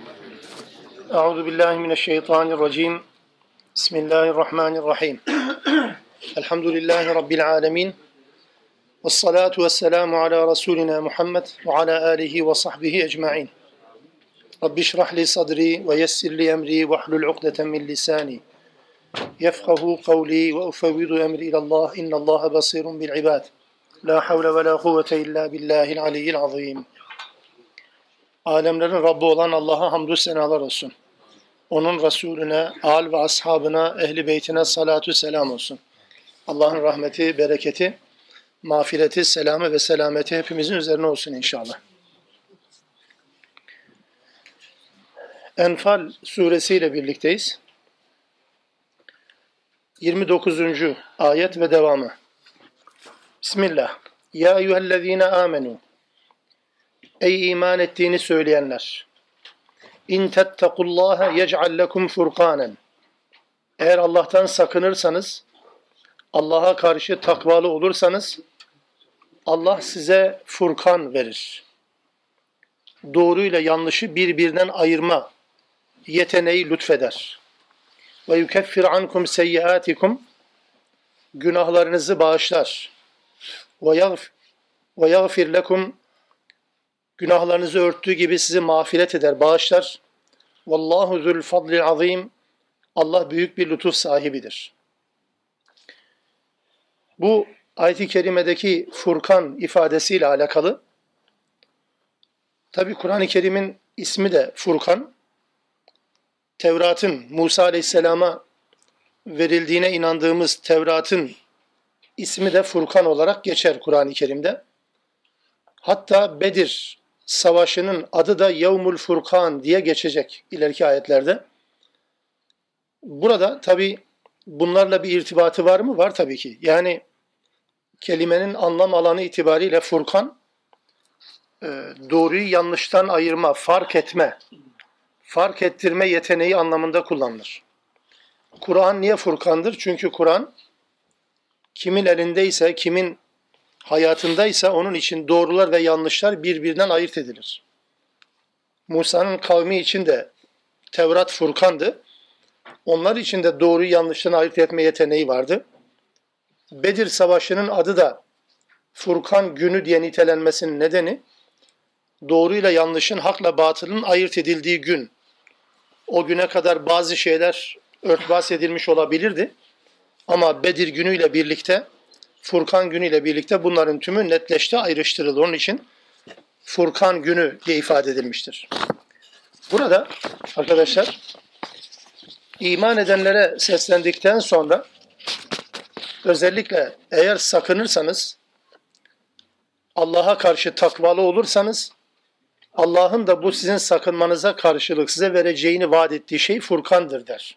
Euzu billahi mineşşeytanirracim. Bismillahirrahmanirrahim. Elhamdülillahi rabbil alamin. Ves salatu vesselamu ala rasulina Muhammed ve ala alihi ve sahbihi ecmaîn. Rabbi şrah li sadri ve yessir li emri ve hlul ukdeten min lisani yefkahu kavli ve ufevvidu emri ilallah. İnnallaha basirun bil ibad. La havle ve la kuvvete illa billahil aliyyil azim. Alemlerin Rabbi olan Allah'a hamdü senalar olsun. Onun Resulüne, âl ve ashabına, ehli beytine salatu selam olsun. Allah'ın rahmeti, bereketi, mağfireti, selamı ve selameti hepimizin üzerine olsun inşallah. Enfal suresiyle birlikteyiz. 29. ayet ve devamı. Bismillah. Ya eyyühellezine amenu. Ey iman ettiğini söyleyenler. İn tettekullâhe yec'al lekum furkanen. Eğer Allah'tan sakınırsanız, Allah'a karşı takvalı olursanız, Allah size furkan verir. Doğruyla yanlışı birbirinden ayırma yeteneği lütfeder. Ve yukeffir ankum seyyiatikum. Günahlarınızı bağışlar. Ve yagfir lekum. Günahlarınızı örttüğü gibi sizi mağfiret eder, bağışlar. Vallahu zul fadlil azim. Allah büyük bir lütuf sahibidir. Bu ayet-i kerimedeki Furkan ifadesiyle alakalı. Tabi Kur'an-ı Kerim'in ismi de Furkan. Tevrat'ın Musa Aleyhisselam'a verildiğine inandığımız Tevrat'ın ismi de Furkan olarak geçer Kur'an-ı Kerim'de. Hatta Bedir Savaşı'nın adı da Yevmul Furkan diye geçecek ileriki ayetlerde. Burada tabi bunlarla bir irtibatı var mı? Var tabii ki. Yani kelimenin anlam alanı itibariyle Furkan, doğruyu yanlıştan ayırma, fark etme, fark ettirme yeteneği anlamında kullanılır. Kur'an niye Furkan'dır? Çünkü Kur'an kimin elindeyse, kimin hayatındaysa onun için doğrular ve yanlışlar birbirinden ayırt edilir. Musa'nın kavmi için de Tevrat Furkan'dı. Onlar için de doğruyu yanlıştan ayırt etme yeteneği vardı. Bedir Savaşı'nın adı da Furkan günü diye nitelenmesinin nedeni doğruyla yanlışın, hakla batılın ayırt edildiği gün. O güne kadar bazı şeyler örtbas edilmiş olabilirdi. Ama Bedir günüyle birlikte, Furkan günüyle birlikte bunların tümü netleşti, ayrıştırıldı. Onun için Furkan günü diye ifade edilmiştir. Burada arkadaşlar iman edenlere seslendikten sonra özellikle eğer sakınırsanız, Allah'a karşı takvalı olursanız, Allah'ın da bu sizin sakınmanıza karşılık size vereceğini vaat ettiği şey Furkan'dır der.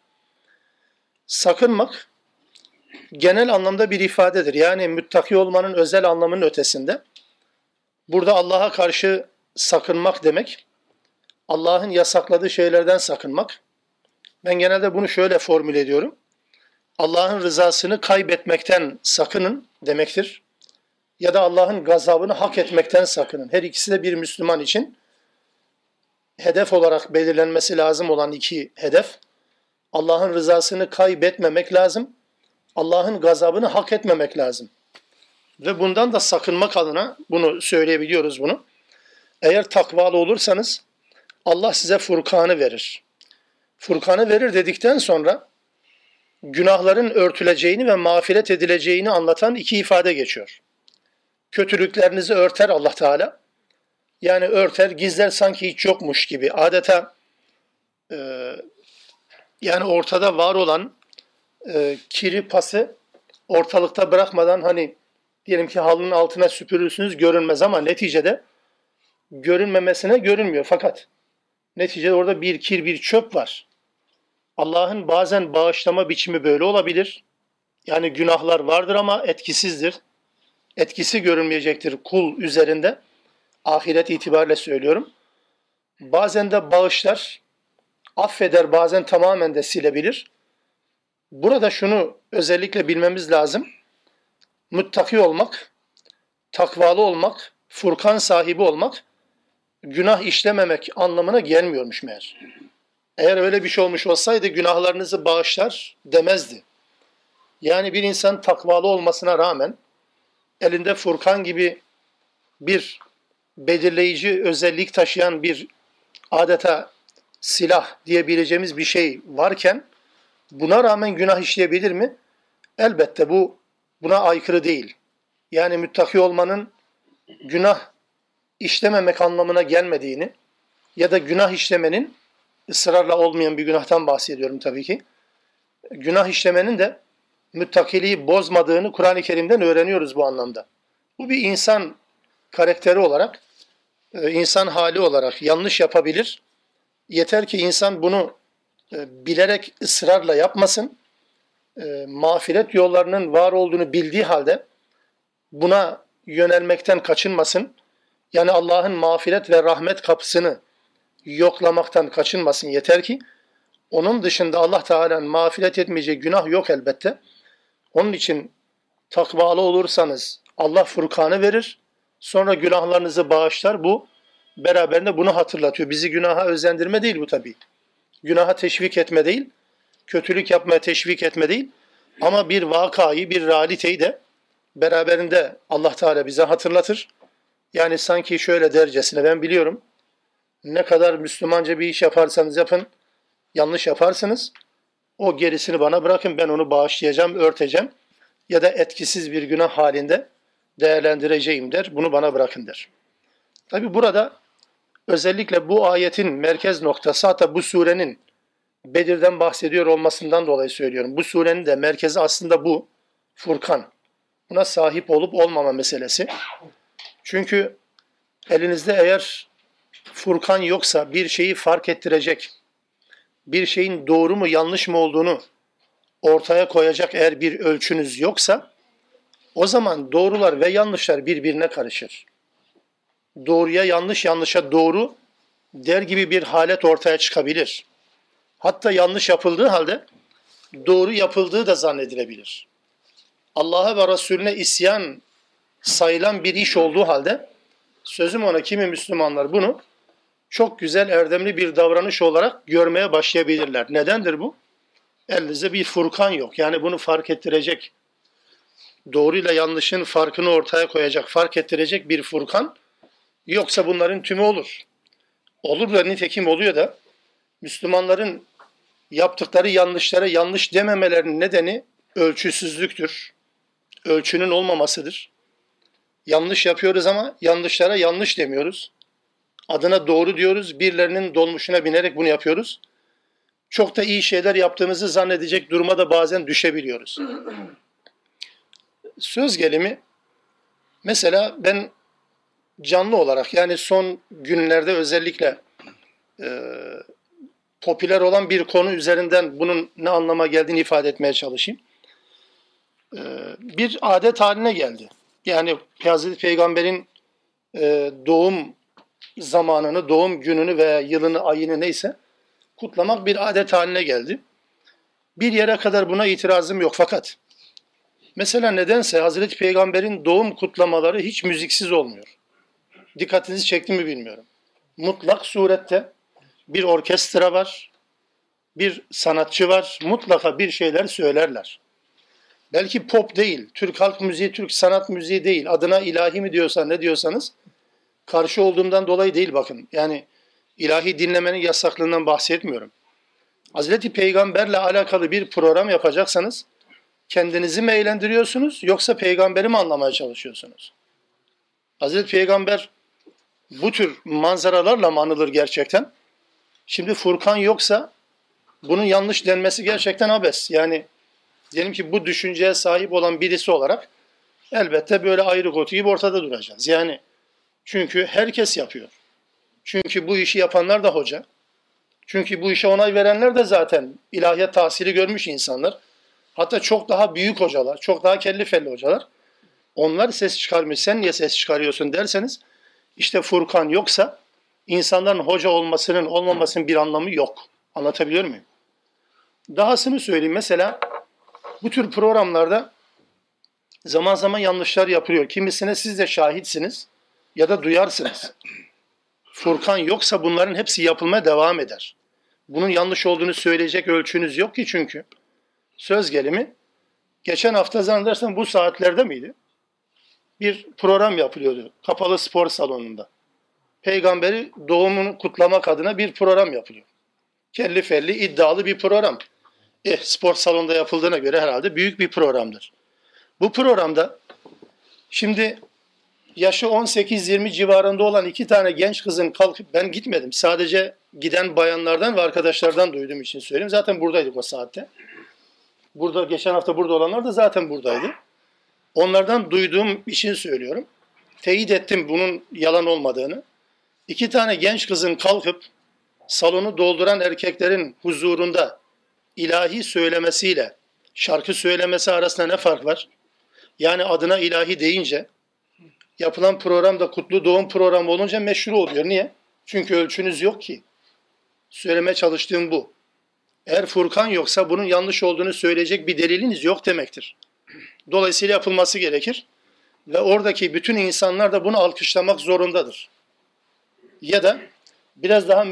Sakınmak genel anlamda bir ifadedir. Yani müttaki olmanın özel anlamının ötesinde. Burada Allah'a karşı sakınmak demek, Allah'ın yasakladığı şeylerden sakınmak. Ben genelde bunu şöyle formüle ediyorum. Allah'ın rızasını kaybetmekten sakının demektir. Ya da Allah'ın gazabını hak etmekten sakının. Her ikisi de bir Müslüman için hedef olarak belirlenmesi lazım olan iki hedef. Allah'ın rızasını kaybetmemek lazım. Allah'ın gazabını hak etmemek lazım. Ve bundan da sakınmak adına bunu söyleyebiliyoruz bunu. Eğer takvalı olursanız Allah size Furkan'ı verir. Furkan'ı verir dedikten sonra günahların örtüleceğini ve mağfiret edileceğini anlatan iki ifade geçiyor. Kötülüklerinizi örter Allah Teala. Yani örter, gizler sanki hiç yokmuş gibi. Adeta yani ortada var olan kiri pası ortalıkta bırakmadan hani diyelim ki halının altına süpürürsünüz görünmez ama neticede görünmemesine görünmüyor. Fakat neticede orada bir kir, bir çöp var. Allah'ın bazen bağışlama biçimi böyle olabilir. Yani günahlar vardır ama etkisizdir. Etkisi görünmeyecektir kul üzerinde. Ahiret itibariyle söylüyorum. Bazen de bağışlar, affeder, bazen tamamen de silebilir. Burada şunu özellikle bilmemiz lazım. Muttaki olmak, takvalı olmak, Furkan sahibi olmak günah işlememek anlamına gelmiyormuş meğer. Eğer öyle bir şey olmuş olsaydı günahlarınızı bağışlar demezdi. Yani bir insan takvalı olmasına rağmen elinde Furkan gibi bir belirleyici özellik taşıyan bir adeta silah diyebileceğimiz bir şey varken buna rağmen günah işleyebilir mi? Elbette buna aykırı değil. Yani müttaki olmanın günah işlememek anlamına gelmediğini ya da günah işlemenin ısrarla olmayan bir günahtan bahsediyorum tabii ki. Günah işlemenin de müttakiliği bozmadığını Kur'an-ı Kerim'den öğreniyoruz bu anlamda. Bu bir insan karakteri olarak, insan hali olarak yanlış yapabilir. Yeter ki insan bunu bilerek ısrarla yapmasın. Mağfiret yollarının var olduğunu bildiği halde buna yönelmekten kaçınmasın. Yani Allah'ın mağfiret ve rahmet kapısını yoklamaktan kaçınmasın yeter ki. Onun dışında Allah Teala'nın mağfiret etmeyeceği günah yok elbette. Onun için takvalı olursanız Allah Furkan'ı verir. Sonra günahlarınızı bağışlar. Bu beraberinde bunu hatırlatıyor. Bizi günaha özendirme değil bu tabii. Günaha teşvik etme değil. Kötülük yapmaya teşvik etme değil. Ama bir vakayı, bir realiteyi de beraberinde Allah Teala bize hatırlatır. Yani sanki şöyle dercesine ben biliyorum. Ne kadar Müslümanca bir iş yaparsanız yapın, yanlış yaparsınız. O gerisini bana bırakın, ben onu bağışlayacağım, örteceğim. Ya da etkisiz bir günah halinde değerlendireceğim der. Bunu bana bırakın der. Tabi burada özellikle bu ayetin merkez noktası, hatta bu surenin Bedir'den bahsediyor olmasından dolayı söylüyorum. Bu surenin de merkezi aslında bu Furkan. Buna sahip olup olmama meselesi. Çünkü elinizde eğer Furkan yoksa, bir şeyi fark ettirecek, bir şeyin doğru mu yanlış mı olduğunu ortaya koyacak eğer bir ölçünüz yoksa, o zaman doğrular ve yanlışlar birbirine karışır. Doğruya yanlış, yanlışa doğru der gibi bir halet ortaya çıkabilir. Hatta yanlış yapıldığı halde doğru yapıldığı da zannedilebilir. Allah'a ve Resulüne isyan sayılan bir iş olduğu halde, sözüm ona kimi Müslümanlar bunu çok güzel, erdemli bir davranış olarak görmeye başlayabilirler. Nedendir bu? Elinizde bir Furkan yok. Yani bunu fark ettirecek, doğruyla yanlışın farkını ortaya koyacak, fark ettirecek bir Furkan yoksa bunların tümü olur. Olur da nitekim oluyor da Müslümanların yaptıkları yanlışlara yanlış dememelerinin nedeni ölçüsüzlüktür. Ölçünün olmamasıdır. Yanlış yapıyoruz ama yanlışlara yanlış demiyoruz. Adına doğru diyoruz. Birilerinin dolmuşuna binerek bunu yapıyoruz. Çok da iyi şeyler yaptığımızı zannedecek duruma da bazen düşebiliyoruz. Söz gelimi, mesela ben canlı olarak, yani son günlerde özellikle popüler olan bir konu üzerinden bunun ne anlama geldiğini ifade etmeye çalışayım. Bir adet haline geldi. Yani Hazreti Peygamber'in doğum zamanını, doğum gününü veya yılını, ayını neyse kutlamak bir adet haline geldi. Bir yere kadar buna itirazım yok, fakat mesela nedense Hazreti Peygamber'in doğum kutlamaları hiç müziksiz olmuyor. Dikkatinizi çekti mi bilmiyorum. Mutlak surette bir orkestra var, bir sanatçı var, mutlaka bir şeyler söylerler. Belki pop değil, Türk halk müziği, Türk sanat müziği değil, adına ilahi mi diyorsan ne diyorsanız, karşı olduğumdan dolayı değil bakın. Yani ilahi dinlemenin yasaklığından bahsetmiyorum. Hazreti Peygamberle alakalı bir program yapacaksanız, kendinizi mi eğlendiriyorsunuz yoksa peygamberi mi anlamaya çalışıyorsunuz? Hazreti Peygamber bu tür manzaralarla mı anılır gerçekten? Şimdi Furkan yoksa bunun yanlış denmesi gerçekten abes. Yani diyelim ki bu düşünceye sahip olan birisi olarak elbette böyle ayrı kotu gibi ortada duracağız. Yani çünkü herkes yapıyor. Çünkü bu işi yapanlar da hoca. Çünkü bu işe onay verenler de zaten ilahiyat tahsili görmüş insanlar. Hatta çok daha büyük hocalar, çok daha kelli felli hocalar. Onlar ses çıkarmış, sen niye ses çıkarıyorsun derseniz, işte Furkan yoksa insanların hoca olmasının olmamasının bir anlamı yok. Anlatabiliyor muyum? Dahasını söyleyeyim, mesela bu tür programlarda zaman zaman yanlışlar yapılıyor. Kimisine siz de şahitsiniz ya da duyarsınız. Furkan yoksa bunların hepsi yapılmaya devam eder. Bunun yanlış olduğunu söyleyecek ölçünüz yok ki çünkü. Söz gelimi, geçen hafta zannedersem bu saatlerde miydi? Bir program yapılıyordu kapalı spor salonunda. Peygamberi doğumunu kutlamak adına bir program yapılıyor. Kelli felli iddialı bir program. Spor salonunda yapıldığına göre herhalde büyük bir programdır. Bu programda şimdi yaşı 18-20 civarında olan 2 tane genç kızın kalkıp, ben gitmedim. Sadece giden bayanlardan ve arkadaşlardan duyduğum için söyleyeyim. Zaten buradaydık o saatte. Burada geçen hafta burada olanlar da zaten buradaydı. Onlardan duyduğum için söylüyorum. Teyit ettim bunun yalan olmadığını. 2 tane genç kızın kalkıp salonu dolduran erkeklerin huzurunda ilahi söylemesiyle şarkı söylemesi arasında ne fark var? Yani adına ilahi deyince yapılan programda kutlu doğum programı olunca meşru oluyor. Niye? Çünkü ölçünüz yok ki. Söylemeye çalıştığım bu. Eğer Furkan yoksa bunun yanlış olduğunu söyleyecek bir deliliniz yok demektir. Dolayısıyla yapılması gerekir. Ve oradaki bütün insanlar da bunu alkışlamak zorundadır. Ya da biraz daha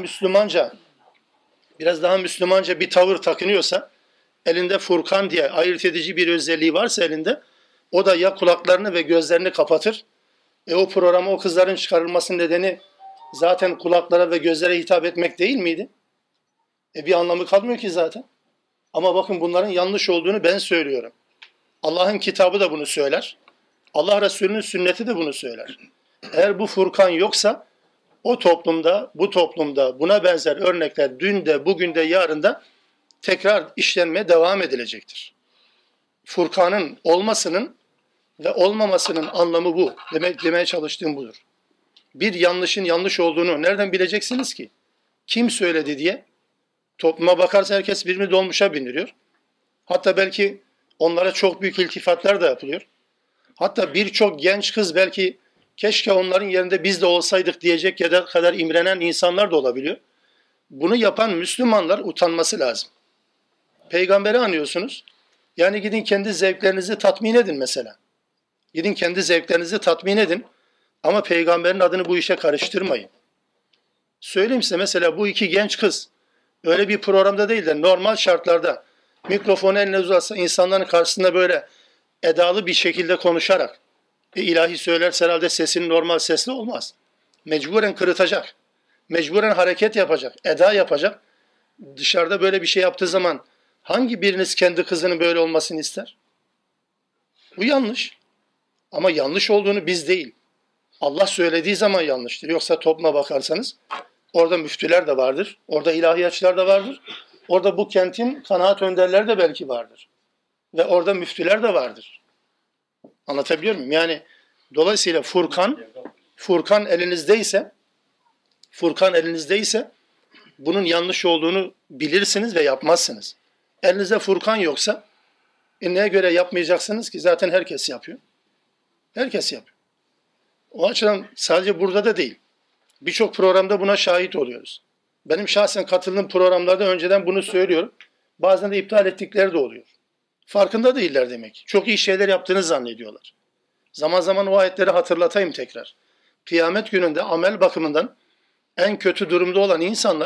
Müslümanca bir tavır takınıyorsa, elinde Furkan diye ayırt edici bir özelliği varsa elinde, o da ya kulaklarını ve gözlerini kapatır. O programa o kızların çıkarılmasının nedeni zaten kulaklara ve gözlere hitap etmek değil miydi? Bir anlamı kalmıyor ki zaten. Ama bakın bunların yanlış olduğunu ben söylüyorum. Allah'ın kitabı da bunu söyler. Allah Resulü'nün sünneti de bunu söyler. Eğer bu Furkan yoksa o toplumda, bu toplumda buna benzer örnekler dün de, bugün de, yarın da tekrar işlenmeye devam edilecektir. Furkanın olmasının ve olmamasının anlamı bu. Demeye çalıştığım budur. Bir yanlışın yanlış olduğunu nereden bileceksiniz ki? Kim söyledi diye? Topluma bakarsa herkes birbirini dolmuşa bindiriyor. Hatta belki onlara çok büyük iltifatlar da yapılıyor. Hatta birçok genç kız belki keşke onların yerinde biz de olsaydık diyecek kadar imrenen insanlar da olabiliyor. Bunu yapan Müslümanlar utanması lazım. Peygamberi anıyorsunuz. Yani gidin kendi zevklerinizi tatmin edin mesela. Gidin kendi zevklerinizi tatmin edin. Ama peygamberin adını bu işe karıştırmayın. Söyleyeyim size, mesela bu 2 genç kız öyle bir programda değil de normal şartlarda mikrofonu eline uzatsa insanların karşısında böyle edalı bir şekilde konuşarak ilahi söylerse herhalde sesinin normal sesli olmaz. Mecburen kırıtacak. Mecburen hareket yapacak. Eda yapacak. Dışarıda böyle bir şey yaptığı zaman hangi biriniz kendi kızının böyle olmasını ister? Bu yanlış. Ama yanlış olduğunu biz değil, Allah söylediği zaman yanlıştır. Yoksa topluma bakarsanız orada müftüler de vardır. Orada ilahiyatçılar da vardır. Orada bu kentin kanaat önderleri de belki vardır. Ve orada müftüler de vardır. Anlatabiliyor muyum? Yani dolayısıyla Furkan elinizdeyse bunun yanlış olduğunu bilirsiniz ve yapmazsınız. Elinizde Furkan yoksa neye göre yapmayacaksınız ki? Zaten herkes yapıyor. Herkes yapıyor. O açıdan sadece burada da değil. Birçok programda buna şahit oluyoruz. Benim şahsen katıldığım programlarda önceden bunu söylüyorum. Bazen de iptal ettikleri de oluyor. Farkında değiller demek. Çok iyi şeyler yaptığını zannediyorlar. Zaman zaman o ayetleri hatırlatayım tekrar. Kıyamet gününde amel bakımından en kötü durumda olan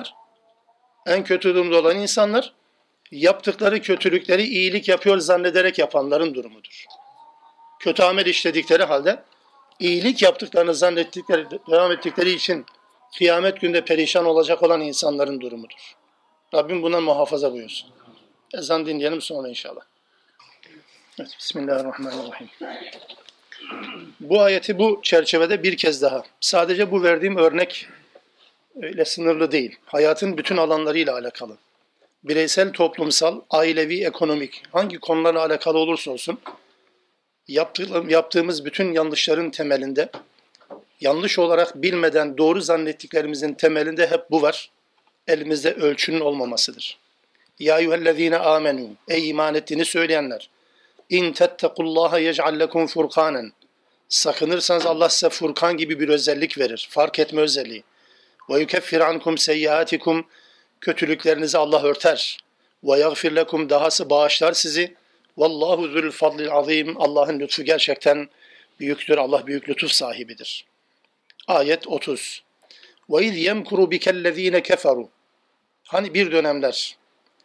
insanlar yaptıkları kötülükleri iyilik yapıyor zannederek yapanların durumudur. Kötü amel işledikleri halde iyilik yaptıklarını devam ettikleri için kıyamet günde perişan olacak olan insanların durumudur. Rabbim bundan muhafaza buyursun. Ezan dinleyelim sonra inşallah. Evet, Bismillahirrahmanirrahim. Bu ayeti bu çerçevede bir kez daha, sadece bu verdiğim örnek öyle sınırlı değil. Hayatın bütün alanlarıyla alakalı. Bireysel, toplumsal, ailevi, ekonomik, hangi konularla alakalı olursa olsun, yaptığımız bütün yanlışların temelinde, yanlış olarak bilmeden doğru zannettiklerimizin temelinde hep bu var. Elimizde ölçünün olmamasıdır. Ya eyyühellezine amenu, ey iman ettiğini söyleyenler, İn tettekullaha yec'al lekum furkanen. Sakınırsanız Allah size Furkan gibi bir özellik verir. Fark etme özelliği. Ve yukeffir ankum seyyiatikum. Kötülüklerinizi Allah örter. Ve yagfir lekum, dahası bağışlar sizi. Vallahu zul fadlil azim. Allah'ın lütfu gerçekten büyüktür. Allah büyük lütuf sahibidir. Ayet 30. وَاِذْ يَمْكُرُ بِكَ الَّذ۪ينَ كَفَرُوا Hani bir dönemler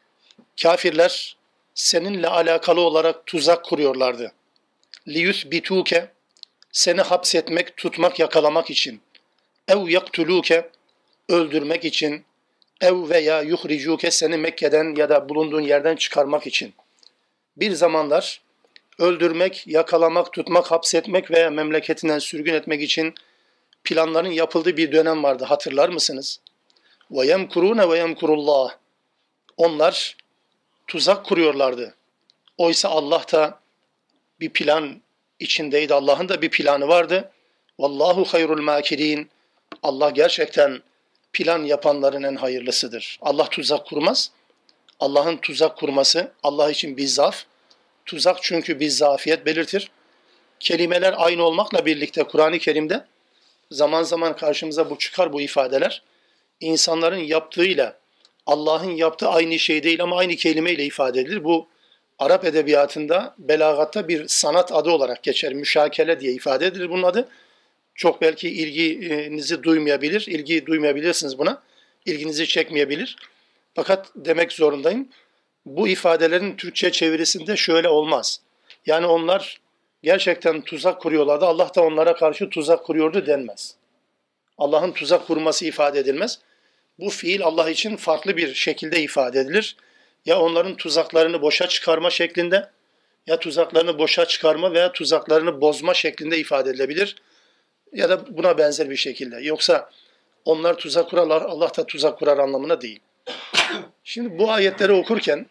kafirler seninle alakalı olarak tuzak kuruyorlardı. لِيُثْبِتُوكَ Seni hapsetmek, tutmak, yakalamak için. اَوْ يَقْتُلُوكَ Öldürmek için. ev veya yuhricuke seni Mekke'den ya da bulunduğun yerden çıkarmak için. Bir zamanlar öldürmek, yakalamak, tutmak, hapsetmek veya memleketinden sürgün etmek için planların yapıldığı bir dönem vardı. Hatırlar mısınız? Ve yemkurune ve yemkurullah. Onlar tuzak kuruyorlardı. Oysa Allah da bir plan içindeydi. Allah'ın da bir planı vardı. Vallahu hayrul makirin. Allah gerçekten plan yapanların en hayırlısıdır. Allah tuzak kurmaz. Allah'ın tuzak kurması Allah için bir zaaf. Tuzak çünkü bir zafiyet belirtir. Kelimeler aynı olmakla birlikte Kur'an-ı Kerim'de zaman zaman karşımıza bu çıkar bu ifadeler. İnsanların yaptığıyla Allah'ın yaptığı aynı şey değil ama aynı kelimeyle ifade edilir. Bu Arap edebiyatında, belagatta bir sanat adı olarak geçer. Müşakele diye ifade edilir bunun adı. Çok belki ilginizi duymayabilir, ilgi duymayabilirsiniz buna. İlginizi çekmeyebilir. Fakat demek zorundayım. Bu ifadelerin Türkçe çevirisinde şöyle olmaz. Yani onlar gerçekten tuzak kuruyorlardı. Allah da onlara karşı tuzak kuruyordu denmez. Allah'ın tuzak kurması ifade edilmez. Bu fiil Allah için farklı bir şekilde ifade edilir. Ya onların tuzaklarını boşa çıkarma şeklinde, ya tuzaklarını boşa çıkarma veya tuzaklarını bozma şeklinde ifade edilebilir. Ya da buna benzer bir şekilde. Yoksa onlar tuzak kurarlar, Allah da tuzak kurar anlamına değil. Şimdi bu ayetleri okurken,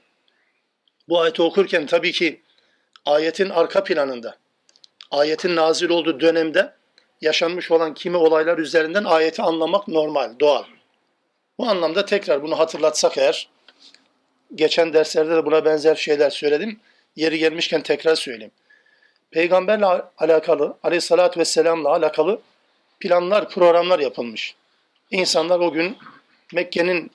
bu ayeti okurken tabii ki ayetin arka planında, ayetin nazil olduğu dönemde yaşanmış olan kimi olaylar üzerinden ayeti anlamak normal, doğal. Bu anlamda tekrar bunu hatırlatsak eğer, geçen derslerde de buna benzer şeyler söyledim. Yeri gelmişken tekrar söyleyeyim. Peygamberle alakalı, aleyhissalatü vesselamla alakalı planlar, programlar yapılmış. İnsanlar o gün Mekke'nin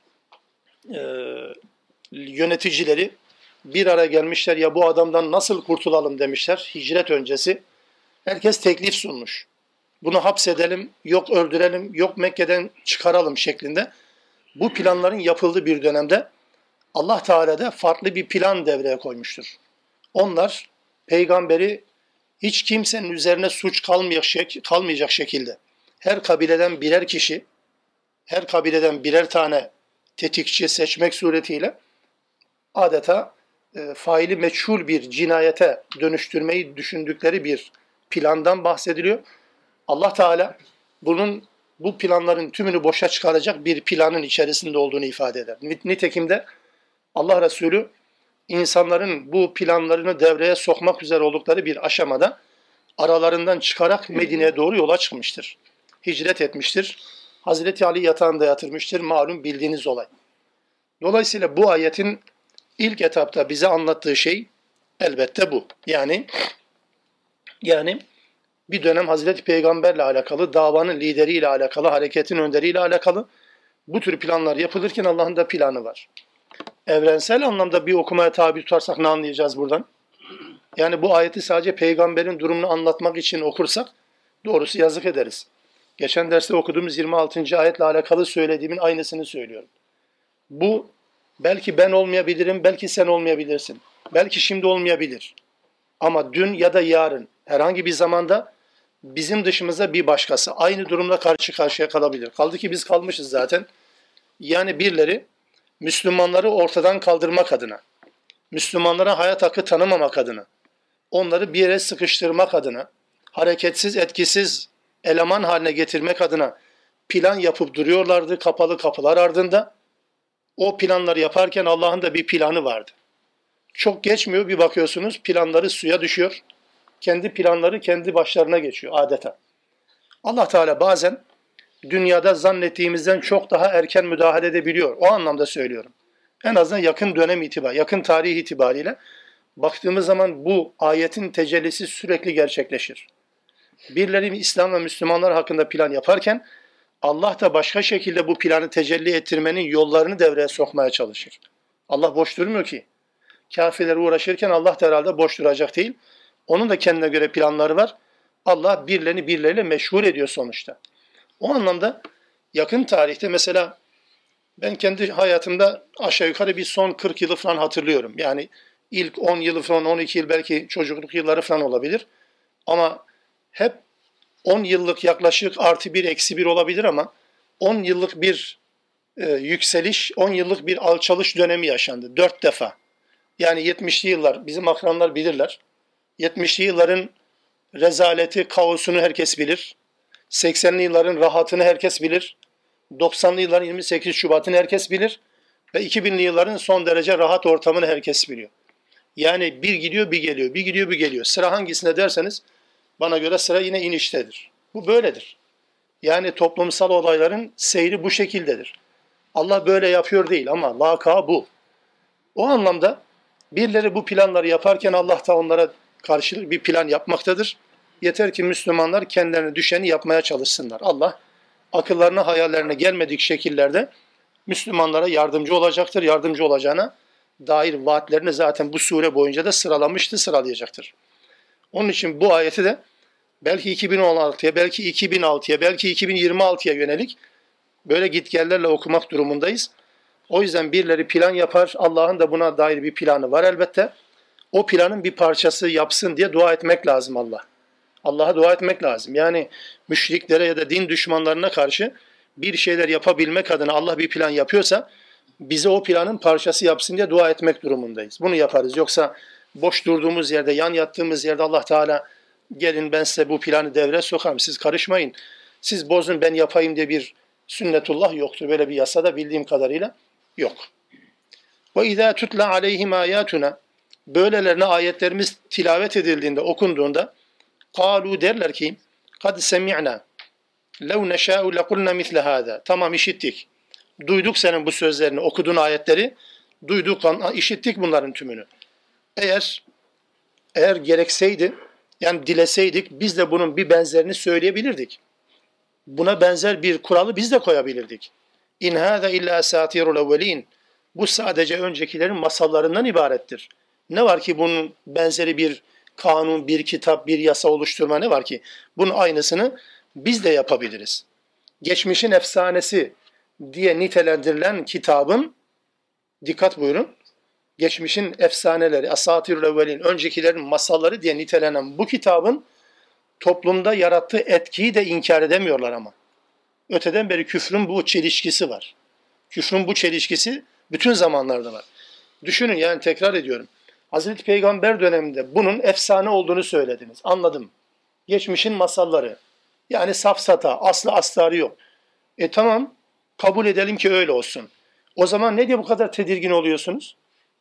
yöneticileri bir araya gelmişler. Ya bu adamdan nasıl kurtulalım demişler hicret öncesi. Herkes teklif sunmuş. Bunu hapsedelim, yok öldürelim, yok Mekke'den çıkaralım şeklinde. Bu planların yapıldığı bir dönemde Allah Teala da farklı bir plan devreye koymuştur. Onlar peygamberi hiç kimsenin üzerine suç kalmayacak şekilde her kabileden birer kişi, her kabileden birer tane tetikçi seçmek suretiyle adeta faili meçhul bir cinayete dönüştürmeyi düşündükleri bir plandan bahsediliyor. Allah Teala bu planların tümünü boşa çıkaracak bir planın içerisinde olduğunu ifade eder. Nitekim de Allah Resulü insanların bu planlarını devreye sokmak üzere oldukları bir aşamada aralarından çıkarak Medine'ye doğru yola çıkmıştır. Hicret etmiştir. Hazreti Ali yatağında yatırmıştır. Malum bildiğiniz olay. Dolayısıyla bu ayetin ilk etapta bize anlattığı şey elbette bu. Yani bir dönem Hazreti Peygamberle alakalı, davanın lideriyle alakalı, hareketin önderiyle alakalı bu tür planlar yapılırken Allah'ın da planı var. Evrensel anlamda bir okumaya tabi tutarsak ne anlayacağız buradan? Yani bu ayeti sadece peygamberin durumunu anlatmak için okursak doğrusu yazık ederiz. Geçen derste okuduğumuz 26. ayetle alakalı söylediğimin aynısını söylüyorum. Bu belki ben olmayabilirim, belki sen olmayabilirsin. Belki şimdi olmayabilir. Ama dün ya da yarın herhangi bir zamanda bizim dışımızda bir başkası aynı durumla karşı karşıya kalabilir. Kaldı ki biz kalmışız zaten. Yani birileri Müslümanları ortadan kaldırmak adına, Müslümanlara hayat hakkı tanımamak adına, onları bir yere sıkıştırmak adına, hareketsiz, etkisiz eleman haline getirmek adına plan yapıp duruyorlardı kapalı kapılar ardında. O planları yaparken Allah'ın da bir planı vardı. Çok geçmiyor, bir bakıyorsunuz planları suya düşüyor. Kendi planları kendi başlarına geçiyor adeta. Allah Teala bazen dünyada zannettiğimizden çok daha erken müdahale edebiliyor. O anlamda söylüyorum. En azından yakın dönem itibariyle, yakın tarih itibariyle baktığımız zaman bu ayetin tecellisi sürekli gerçekleşir. Birileri İslam ve Müslümanlar hakkında plan yaparken Allah da başka şekilde bu planı tecelli ettirmenin yollarını devreye sokmaya çalışır. Allah boş durmuyor ki. Kafirler uğraşırken Allah da herhalde boş duracak değil. Onun da kendine göre planları var. Allah birileriyle meşhur ediyor sonuçta. O anlamda Yakın tarihte mesela ben kendi hayatımda aşağı yukarı bir son 40 yılı falan hatırlıyorum. Yani ilk 10 yılı falan, 12 yıl belki çocukluk yılları falan olabilir. Ama hep 10 yıllık yaklaşık artı bir eksi bir olabilir ama 10 yıllık bir yükseliş, 10 yıllık bir alçalış dönemi yaşandı. 4 defa. Yani 70'li yıllar, bizim akranlar bilirler. 70'li yılların rezaleti, kaosunu herkes bilir. 80'li yılların rahatını herkes bilir. 90'lı yılların 28 Şubat'ını herkes bilir. Ve 2000'li yılların son derece rahat ortamını herkes biliyor. Yani bir gidiyor bir geliyor, bir gidiyor bir geliyor. Sıra hangisine derseniz bana göre sıra yine iniştedir. Bu böyledir. Yani toplumsal olayların seyri bu şekildedir. Allah böyle yapıyor değil ama vaka bu. O anlamda birileri bu planları yaparken Allah da onlara karşılık bir plan yapmaktadır. Yeter ki Müslümanlar kendilerine düşeni yapmaya çalışsınlar. Allah akıllarına, hayallerine gelmedik şekillerde Müslümanlara yardımcı olacaktır. Yardımcı olacağına dair vaatlerini zaten bu sure boyunca da sıralamıştı, sıralayacaktır. Onun için bu ayeti de belki 2016'ya, belki 2006'ya, belki 2026'ya yönelik böyle gitgellerle okumak durumundayız. O yüzden birileri plan yapar. Allah'ın da buna dair bir planı var elbette. O planın bir parçası yapsın diye dua etmek lazım Allah'a dua etmek lazım. Yani müşriklere ya da din düşmanlarına karşı bir şeyler yapabilmek adına Allah bir plan yapıyorsa bize o planın parçası yapsın diye dua etmek durumundayız. Bunu yaparız. Yoksa boş durduğumuz yerde, yan yattığımız yerde Allah Teala gelin ben size bu planı devreye sokarım. Siz karışmayın. Siz bozun ben yapayım diye bir sünnetullah yoktur. Böyle bir yasada bildiğim kadarıyla yok. Ve izâ tutla aleyhim âyâtuna böylelerine ayetlerimiz tilavet edildiğinde, okunduğunda kâlû derler ki kad semi'na lev neşâ'u lekulna misle hâzâ. Tamam işittik. Duyduk senin bu sözlerini, okuduğun ayetleri. Duyduk, işittik bunların tümünü. Eğer gerekseydi, yani dileseydik biz de bunun bir benzerini söyleyebilirdik. Buna benzer bir kuralı biz de koyabilirdik. İn hâzâ illâ esâtirul evvelîn. Bu sadece öncekilerin masallarından ibarettir. Ne var ki bunun benzeri bir kanun, bir kitap, bir yasa oluşturma ne var ki? Bunun aynısını biz de yapabiliriz. Geçmişin efsanesi diye nitelendirilen kitabın, dikkat buyurun, geçmişin efsaneleri, asatirul evvelin, öncekilerin masalları diye nitelenen bu kitabın toplumda yarattığı etkiyi de inkar edemiyorlar ama. Öteden beri küfrün bu çelişkisi var. Küfrün bu çelişkisi bütün zamanlarda var. Düşünün, yani tekrar ediyorum. Hazreti Peygamber döneminde bunun efsane olduğunu söylediniz. Anladım. Geçmişin masalları. Yani safsata, aslı astarı yok. Tamam, kabul edelim ki öyle olsun. O zaman ne diye bu kadar tedirgin oluyorsunuz?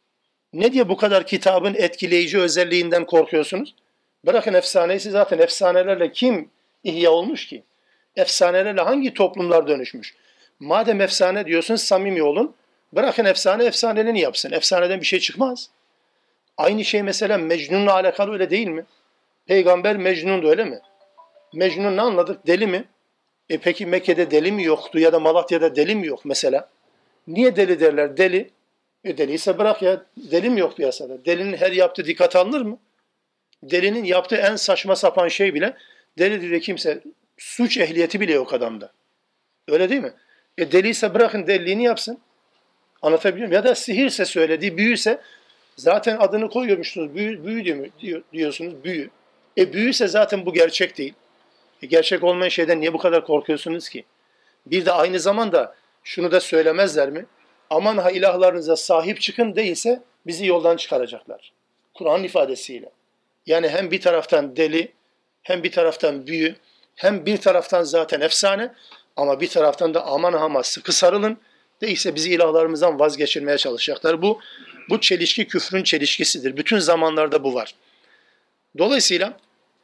Ne diye bu kadar kitabın etkileyici özelliğinden korkuyorsunuz? Bırakın efsaneyi, zaten efsanelerle kim ihya olmuş ki? Efsanelerle hangi toplumlar dönüşmüş? Madem efsane diyorsun samimi olun. Bırakın efsane efsanelerini yapsın. Efsaneden bir şey çıkmaz. Aynı şey mesela Mecnun'la alakalı öyle değil mi? Peygamber Mecnun'du, öyle mi? Mecnun ne anladık? Deli mi? Peki Mekke'de deli mi yoktu ya da Malatya'da deli mi yok mesela? Niye deli derler? Deli. Deliyse bırak ya. Deli mi yok piyasada? Delinin her yaptığı dikkate alınır mı? Delinin yaptığı en saçma sapan şey bile deli diye kimse, suç ehliyeti bile yok adamda. Öyle değil mi? Deliyse bırakın deliliğini yapsın. Anlatabiliyor muyum? Ya da sihirse söylediği, büyüse zaten adını koyuyormuşsunuz. Büyü diyorsunuz. Büyü. Büyüse zaten bu gerçek değil. Gerçek olmayan şeyden niye bu kadar korkuyorsunuz ki? Bir de aynı zamanda şunu da söylemezler mi? Aman ha ilahlarınıza sahip çıkın, değilse bizi yoldan çıkaracaklar. Kur'an ifadesiyle. Yani hem bir taraftan deli, hem bir taraftan büyü, hem bir taraftan zaten efsane, ama bir taraftan da aman ha sıkı sarılın, değilse bizi ilahlarımızdan vazgeçirmeye çalışacaklar. Bu çelişki küfrün çelişkisidir. Bütün zamanlarda bu var. Dolayısıyla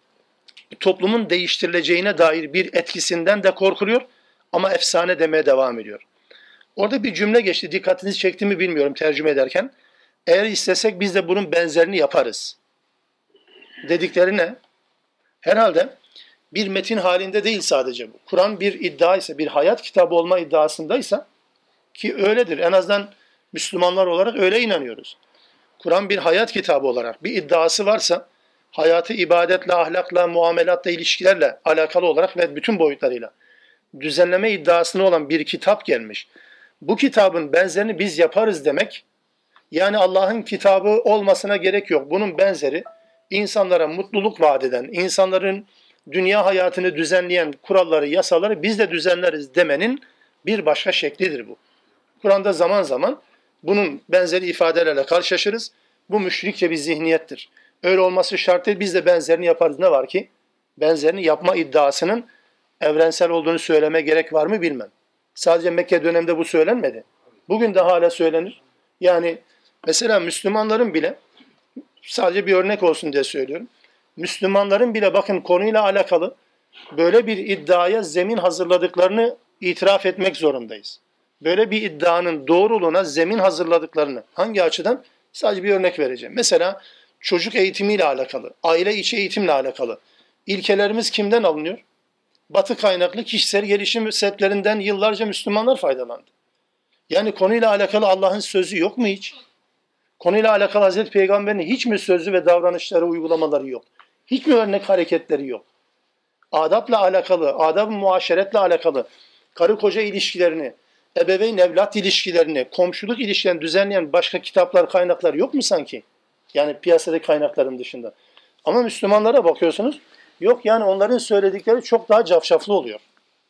toplumun değiştirileceğine dair bir etkisinden de korkuluyor ama efsane demeye devam ediyor. Orada bir cümle geçti, dikkatinizi çekti mi bilmiyorum tercüme ederken. Eğer istesek biz de bunun benzerini yaparız dedikleri ne? Herhalde bir metin halinde değil sadece bu. Kur'an bir iddia ise, bir hayat kitabı olma iddiasındaysa, ki öyledir, en azından Müslümanlar olarak öyle inanıyoruz. Kur'an bir hayat kitabı olarak bir iddiası varsa, hayatı ibadetle, ahlakla, muamelatla, ilişkilerle alakalı olarak ve bütün boyutlarıyla düzenleme iddiasını olan bir kitap gelmiş. Bu kitabın benzerini biz yaparız demek, yani Allah'ın kitabı olmasına gerek yok. Bunun benzeri insanlara mutluluk vaat eden, insanların dünya hayatını düzenleyen kuralları, yasaları biz de düzenleriz demenin bir başka şeklidir bu. Kur'an'da zaman zaman bunun benzeri ifadelerle karşılaşırız. Bu müşrikçe bir zihniyettir. Öyle olması şart değil, biz de benzerini yaparız. Ne var ki? Benzerini yapma iddiasının evrensel olduğunu söyleme gerek var mı bilmem. Sadece Mekke döneminde bu söylenmedi. Bugün de hala söylenir. Yani mesela Müslümanların bile, sadece bir örnek olsun diye söylüyorum. Müslümanların bile bakın konuyla alakalı böyle bir iddiaya zemin hazırladıklarını itiraf etmek zorundayız. Böyle bir iddianın doğruluğuna zemin hazırladıklarını, hangi açıdan? Sadece bir örnek vereceğim. Mesela çocuk eğitimiyle alakalı, aile içi eğitimle alakalı ilkelerimiz kimden alınıyor? Batı kaynaklı kişisel gelişim setlerinden yıllarca Müslümanlar faydalandı. Yani konuyla alakalı Allah'ın sözü yok mu hiç? Konuyla alakalı Hazreti Peygamber'in hiç mi sözü ve davranışları, uygulamaları yok? Hiç mi örnek hareketleri yok? Adapla alakalı, adab-ı muaşeretle alakalı, karı koca ilişkilerini, ebeveyn evlat ilişkilerini, komşuluk ilişkilerini düzenleyen başka kitaplar, kaynaklar yok mu sanki? Yani piyasadaki kaynakların dışında. Ama Müslümanlara bakıyorsunuz, yok yani onların söyledikleri çok daha cafcaflı oluyor.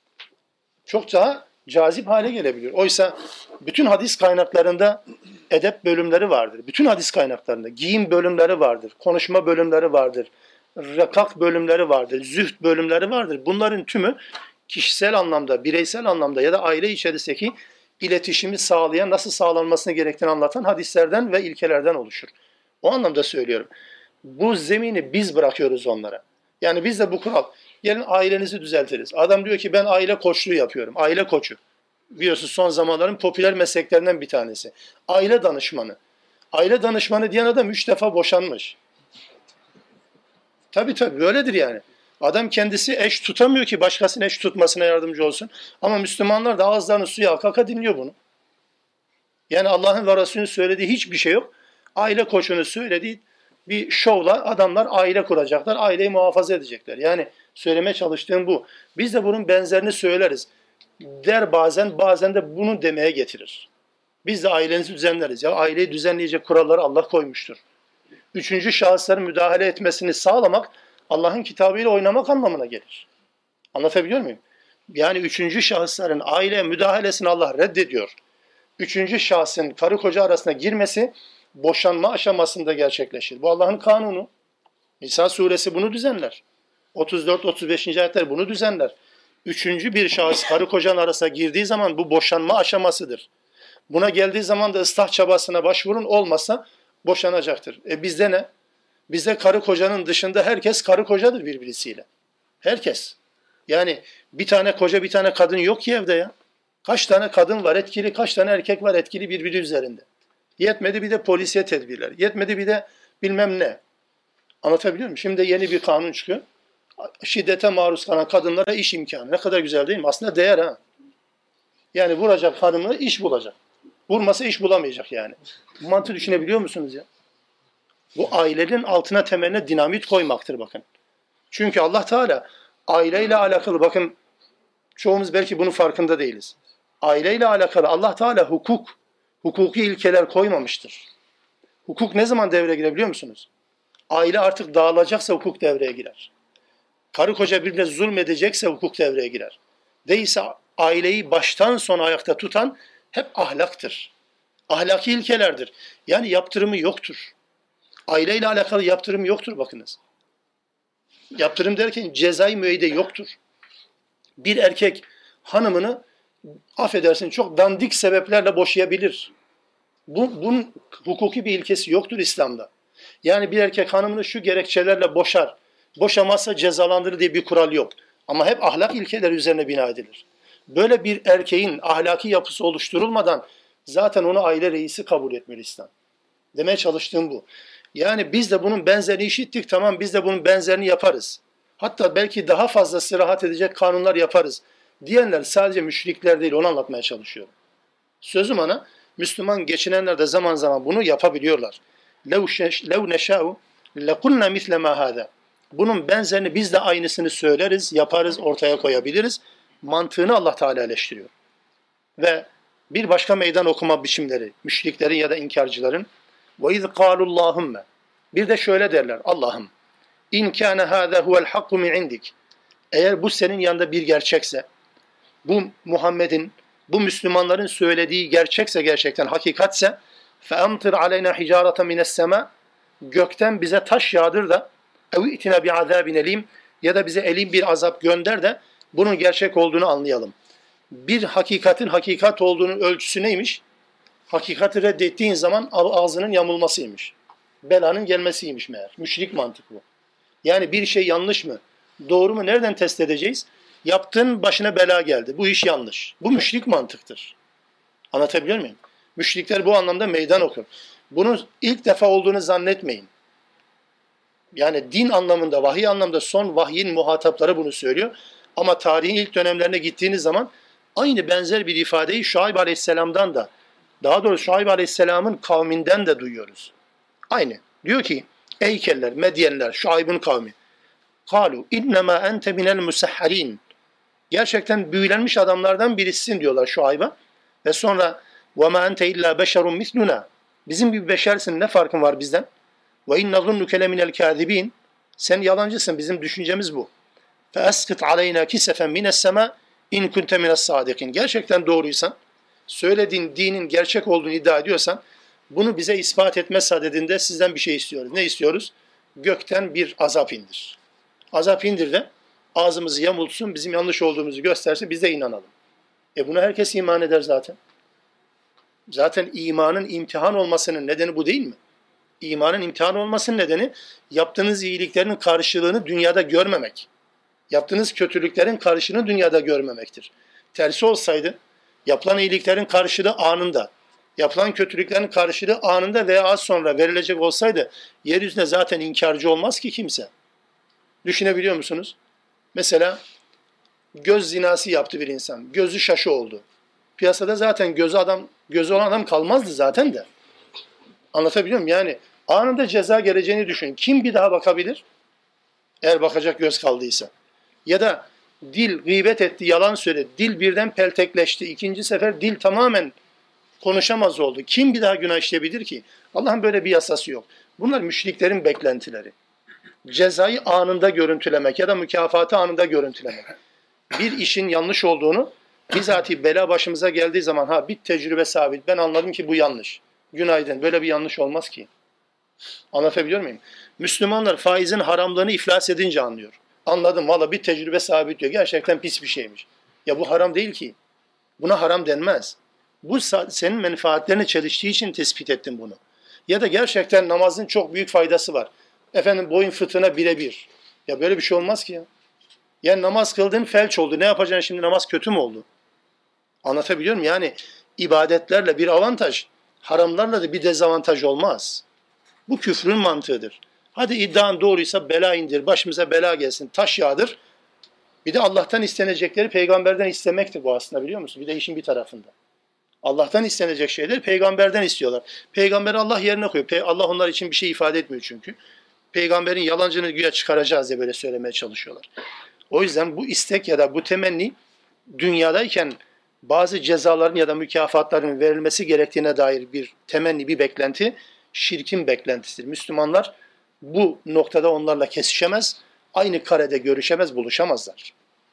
Çok daha cazip hale gelebiliyor. Oysa bütün hadis kaynaklarında edep bölümleri vardır. Bütün hadis kaynaklarında giyim bölümleri vardır, konuşma bölümleri vardır, rekak bölümleri vardır, zühd bölümleri vardır. Bunların tümü kişisel anlamda, bireysel anlamda ya da aile içerisindeki iletişimi sağlayan, nasıl sağlanmasını gerektiğini anlatan hadislerden ve ilkelerden oluşur. O anlamda söylüyorum. Bu zemini biz bırakıyoruz onlara. Yani biz de bu kural, gelin ailenizi düzeltiriz. Adam diyor ki ben aile koçluğu yapıyorum, aile koçu. Biliyorsunuz son zamanların popüler mesleklerinden bir tanesi. Aile danışmanı. Aile danışmanı diyen adam 3 defa boşanmış. Tabii böyledir yani. Adam kendisi eş tutamıyor ki başkasının eş tutmasına yardımcı olsun. Ama Müslümanlar da ağızlarını suya aka dinliyor bunu. Yani Allah'ın ve Resulünün söylediği hiçbir şey yok. Aile koçunu söylediği bir şovla adamlar aile kuracaklar, aileyi muhafaza edecekler. Yani söylemeye çalıştığım bu. Biz de bunun benzerini söyleriz. Der bazen de bunu demeye getirir. Biz de ailenizi düzenleriz. Ya aileyi düzenleyecek kuralları Allah koymuştur. Üçüncü şahısların müdahale etmesini sağlamak, Allah'ın kitabıyla oynamak anlamına gelir. Anlatabiliyor muyum? Yani üçüncü şahısların aileye müdahalesini Allah reddediyor. Üçüncü şahsın karı koca arasına girmesi boşanma aşamasında gerçekleşir. Bu Allah'ın kanunu. Nisa suresi bunu düzenler. 34-35. ayetler bunu düzenler. Üçüncü bir şahıs karı kocanın arasına girdiği zaman bu boşanma aşamasıdır. Buna geldiği zaman da ıslah çabasına başvurun, olmazsa boşanacaktır. Bizde ne? Bizde karı kocanın dışında herkes karı kocadır birbirisiyle. Herkes. Yani bir tane koca bir tane kadın yok ki evde ya. Kaç tane kadın var etkili, kaç tane erkek var etkili birbiri üzerinde. Yetmedi bir de polisiye tedbirler. Yetmedi bir de bilmem ne. Anlatabiliyor muyum? Şimdi yeni bir kanun çıkıyor. Şiddete maruz kalan kadınlara iş imkanı. Ne kadar güzel değil mi? Aslında değer ha. Yani vuracak hanımı iş bulacak. Vurmasa iş bulamayacak yani. Bu mantığı düşünebiliyor musunuz ya? Bu ailenin altına temeline dinamit koymaktır bakın. Çünkü Allah Teala aileyle alakalı, bakın çoğumuz belki bunun farkında değiliz. Aileyle alakalı Allah Teala hukuki ilkeler koymamıştır. Hukuk ne zaman devreye girer biliyor musunuz? Aile artık dağılacaksa hukuk devreye girer. Karı koca birbirine zulmedecekse hukuk devreye girer. Değilse aileyi baştan sona ayakta tutan hep ahlaktır. Ahlaki ilkelerdir. Yani yaptırımı yoktur. Aileyle alakalı yaptırım yoktur bakınız. Yaptırım derken cezai müeyyide yoktur. Bir erkek hanımını affedersin çok dandik sebeplerle boşayabilir. Bunun hukuki bir ilkesi yoktur İslam'da. Yani bir erkek hanımını şu gerekçelerle boşar, boşamazsa cezalandırır diye bir kural yok. Ama hep ahlak ilkeleri üzerine bina edilir. Böyle bir erkeğin ahlaki yapısı oluşturulmadan zaten onu aile reisi kabul etmiyor İslam. Demeye çalıştığım bu. Yani biz de bunun benzerini işittik, tamam biz de bunun benzerini yaparız. Hatta belki daha fazlası rahat edecek kanunlar yaparız diyenler sadece müşrikler değil, onu anlatmaya çalışıyorum. Sözüm ona, Müslüman geçinenler de zaman zaman bunu yapabiliyorlar. لَوْ نَشَاءُ لَقُلْنَا مِثْلَ مَا هَذَا. Bunun benzerini biz de aynısını söyleriz, yaparız, ortaya koyabiliriz. mantığını Allah Teala eleştiriyor. Ve bir başka meydan okuma biçimleri, müşriklerin ya da inkarcıların وَاِذْ قَالُوا اللّٰهُمَّ Bir de şöyle derler, Allah'ım اِنْ كَانَ هَذَا هُوَ الْحَقُّ مِنْ عِنْدِكِ Eğer bu senin yanında bir gerçekse, bu Muhammed'in, bu Müslümanların söylediği gerçekse, gerçekten hakikatse فَاَمْطِرْ عَلَيْنَا حِجَارَةً مِنَ السَّمَاءِ Gökten bize taş yağdır da اَوْاِتِنَا بِعَذَابٍ elim ya da bize elim bir azap gönder de bunun gerçek olduğunu anlayalım. Bir hakikatin hakikat olduğunun ölçüsü neymiş? Hakikati reddettiğin zaman ağzının yamulmasıymış. Belanın gelmesiymiş meğer. Müşrik mantık bu. Yani bir şey yanlış mı? Doğru mu? Nereden test edeceğiz? Yaptığın başına bela geldi. Bu iş yanlış. Bu müşrik mantıktır. Anlatabiliyor muyum? Müşrikler bu anlamda meydan okur. Bunun ilk defa olduğunu zannetmeyin. Yani din anlamında, vahiy anlamda son vahyin muhatapları bunu söylüyor. Ama tarihin ilk dönemlerine gittiğiniz zaman aynı benzer bir ifadeyi Şuayb Aleyhisselam'dan da, daha doğrusu Şuayb Aleyhisselam'ın kavminden de duyuyoruz. Aynı. Diyor ki, ey keller, Medyenler, Şuayb'ın kavmi. Kalu innema ente minel musahharin. Gerçekten büyülenmiş adamlardan birisin diyorlar Şuayb'a. Ve sonra وَمَا أَنْتَ إِلَّا بَشَرٌ مِثْلُنَا Bizim gibi beşersin, ne farkın var bizden? وَاِنَّ ظُنُّكَ لَمِنَ الْكَاذِب۪ينَ Sen yalancısın, bizim düşüncemiz bu. فَاَسْقِطْ عَلَيْنَا كِسَفًا مِنَ السَّمَا اِنْ كُنْتَ مِنَ الصَّادِقِينَ Gerçekten doğruysan, söylediğin dinin gerçek olduğunu iddia ediyorsan, bunu bize ispat etme sadedinde sizden bir şey istiyoruz. Ne istiyoruz? Gökten bir azap indir. Azap indir de ağzımızı yamultsun, bizim yanlış olduğumuzu gösterse biz de inanalım. Buna herkes iman eder zaten. Zaten imanın imtihan olmasının nedeni bu değil mi? İmanın imtihan olmasının nedeni yaptığınız iyiliklerin karşılığını dünyada görmemek. Yaptığınız kötülüklerin karşılığını dünyada görmemektir. Tersi olsaydı yapılan iyiliklerin karşılığı anında, yapılan kötülüklerin karşılığı anında veya az sonra verilecek olsaydı yeryüzünde zaten inkarcı olmaz ki kimse. Düşünebiliyor musunuz? Mesela göz zinası yaptı bir insan. Gözü şaşı oldu. Piyasada zaten gözü olan adam kalmazdı zaten de. Anlatabiliyor muyum? Yani anında ceza geleceğini düşün. Kim bir daha bakabilir? Eğer bakacak göz kaldıysa. Ya da dil gıybet etti, yalan söyledi. Dil birden peltekleşti. İkinci sefer dil tamamen konuşamaz oldu. Kim bir daha günah işleyebilir ki? Allah'ın böyle bir yasası yok. Bunlar müşriklerin beklentileri. Cezayı anında görüntülemek ya da mükafatı anında görüntülemek. Bir işin yanlış olduğunu bizatihi bela başımıza geldiği zaman bir tecrübe sabit. Ben anladım ki bu yanlış. Günaydın. Böyle bir yanlış olmaz ki. Anlatabiliyor muyum? Müslümanlar faizin haramlığını iflas edince anlıyor. Anladım, valla bir tecrübe sabit diyor. Gerçekten pis bir şeymiş. Ya bu haram değil ki. Buna haram denmez. Bu senin menfaatlerine çeliştiği için tespit ettim bunu. Ya da gerçekten namazın çok büyük faydası var. Efendim boyun fıtığına birebir. Ya böyle bir şey olmaz ki ya. Yani namaz kıldın felç oldu. Ne yapacaksın şimdi, namaz kötü mü oldu? Anlatabiliyor muyum? Yani ibadetlerle bir avantaj, haramlarla da bir dezavantaj olmaz. Bu küfrün mantığıdır. Hadi iddian doğruysa bela indir, başımıza bela gelsin, taş yağdır. Bir de Allah'tan istenecekleri peygamberden istemektir bu aslında, biliyor musun? Bir de işin bir tarafında. Allah'tan istenecek şeyleri peygamberden istiyorlar. Peygamberi Allah yerine koyuyor. Allah onlar için bir şey ifade etmiyor çünkü. Peygamberin yalancını güya çıkaracağız diye böyle söylemeye çalışıyorlar. O yüzden bu istek ya da bu temenni dünyadayken bazı cezaların ya da mükafatların verilmesi gerektiğine dair bir temenni, bir beklenti şirkin beklentisidir. Müslümanlar bu noktada onlarla kesişemez, aynı karede görüşemez, buluşamazlar.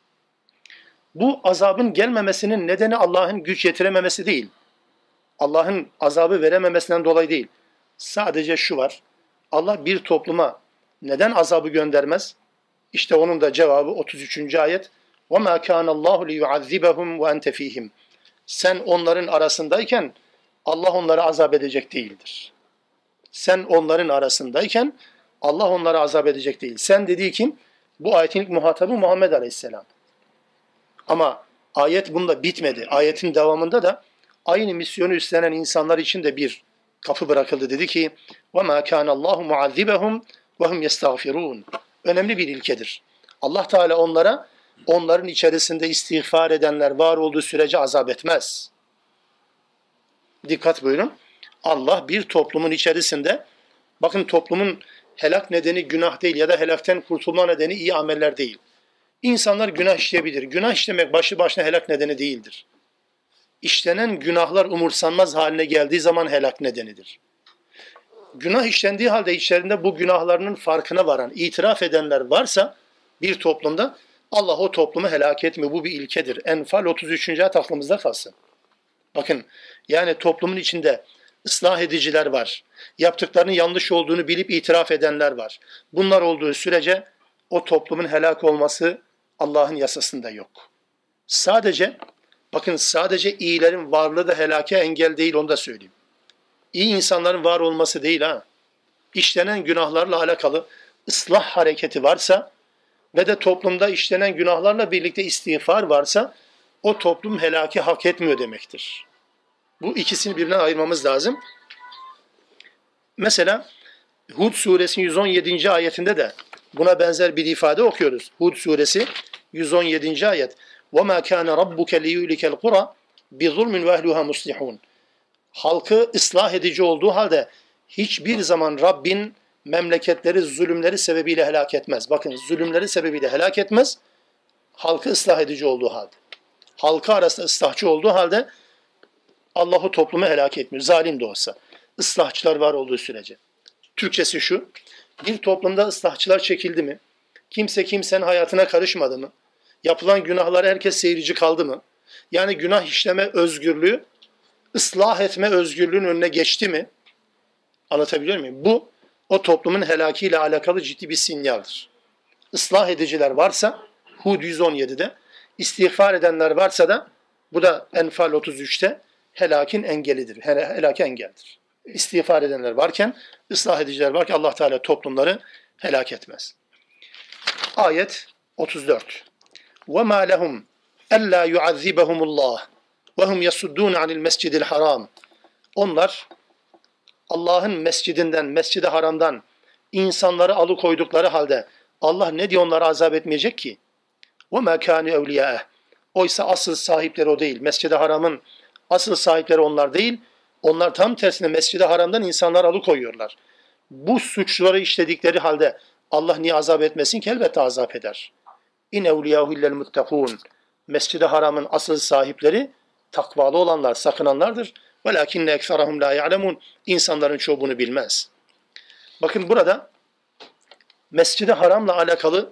Bu azabın gelmemesinin nedeni Allah'ın güç yetirememesi değil. Allah'ın azabı verememesinden dolayı değil. Sadece şu var. Allah bir topluma neden azabı göndermez? İşte onun da cevabı 33. ayet. وَمَا كَانَ اللّٰهُ لِيُعَذِّبَهُمْ وَاَنْتَ ف۪يهِمْ Sen onların arasındayken Allah onları azap edecek değildir. Sen onların arasındayken Allah onları azap edecek değil. Sen dediği kim? Bu ayetin ilk muhatabı Muhammed Aleyhisselam. Ama ayet bunda bitmedi. Ayetin devamında da aynı misyonu üstlenen insanlar için de bir kapı bırakıldı. Dedi ki وَمَا كَانَ اللّٰهُ مُعَذِّبَهُمْ وَهُمْ يَسْتَغْفِرُونَ Önemli bir ilkedir. Allah Teala onların içerisinde istiğfar edenler var olduğu sürece azap etmez. Dikkat buyurun. Allah bir toplumun içerisinde, bakın toplumun helak nedeni günah değil ya da helakten kurtulma nedeni iyi ameller değil. İnsanlar günah işleyebilir. Günah işlemek başlı başına helak nedeni değildir. İşlenen günahlar umursanmaz haline geldiği zaman helak nedenidir. Günah işlendiği halde içlerinde bu günahlarının farkına varan, itiraf edenler varsa bir toplumda Allah o toplumu helak etmiyor. Bu bir ilkedir. Enfal 33. ayet aklımızda kalsın. Bakın yani toplumun içinde ıslah ediciler var. Yaptıklarının yanlış olduğunu bilip itiraf edenler var. Bunlar olduğu sürece o toplumun helak olması Allah'ın yasasında yok. Sadece iyilerin varlığı da helake engel değil, onu da söyleyeyim. İyi insanların var olması değil ha. İşlenen günahlarla alakalı ıslah hareketi varsa ve de toplumda işlenen günahlarla birlikte istiğfar varsa o toplum helaki hak etmiyor demektir. Bu ikisini birbirinden ayırmamız lazım. Mesela Hud suresinin 117. ayetinde de buna benzer bir ifade okuyoruz. Hud suresi 117. ayet. وَمَا كَانَ رَبُّكَ لِيُولِكَ الْقُرَى بِظُلْمٍ وَاهْلُهَا مُصْلِحُونَ. Halkı ıslah edici olduğu halde hiçbir zaman Rabbin memleketleri zulümleri sebebiyle helak etmez. Bakın zulümleri sebebiyle helak etmez. Halkı ıslah edici olduğu halde. Halkı arasında ıslahçı olduğu halde Allah'ı toplumu helak etmiyor. Zalim de olsa. Islahçılar var olduğu sürece. Türkçesi şu. Bir toplumda ıslahçılar çekildi mi? Kimse kimsenin hayatına karışmadı mı? Yapılan günahlara herkes seyirci kaldı mı? Yani günah işleme özgürlüğü, ıslah etme özgürlüğünün önüne geçti mi? Anlatabiliyor muyum? Bu o toplumun helakiyle alakalı ciddi bir sinyaldir. Islah ediciler varsa Hud 117'de, istiğfar edenler varsa da bu da Enfal 33'te helakin engelidir. Helaki engeldir. İstiğfar edenler varken, ıslah ediciler varken Allah Teala toplumları helak etmez. Ayet 34. وَمَا لَهُمْ أَلَّا يُعَذِّبَهُمُ اللّٰهِ وَهُمْ يَسُدُّونَ عَنِ الْمَسْجِدِ الْحَرَامِ. Onlar Allah'ın mescidinden, mescid-i haramdan insanları alıkoydukları halde Allah ne diye onları azap etmeyecek ki? وَمَا كَانُوا اَوْلِيَاءَهِ. Oysa asıl sahipleri o değil. Mescid-i haramın asıl sahipleri onlar değil. Onlar tam tersine mescid-i haramdan insanları alıkoyuyorlar. Bu suçları işledikleri halde Allah niye azap etmesin ki? Elbette azap eder. İn evliyahu illel muttakun. Mescid-i haramın asıl sahipleri takvalı olanlar, sakınanlardır. Velakinne ekserahum la ya'lemun. İnsanların çoğu bunu bilmez. Bakın burada Mescid-i Haram'la alakalı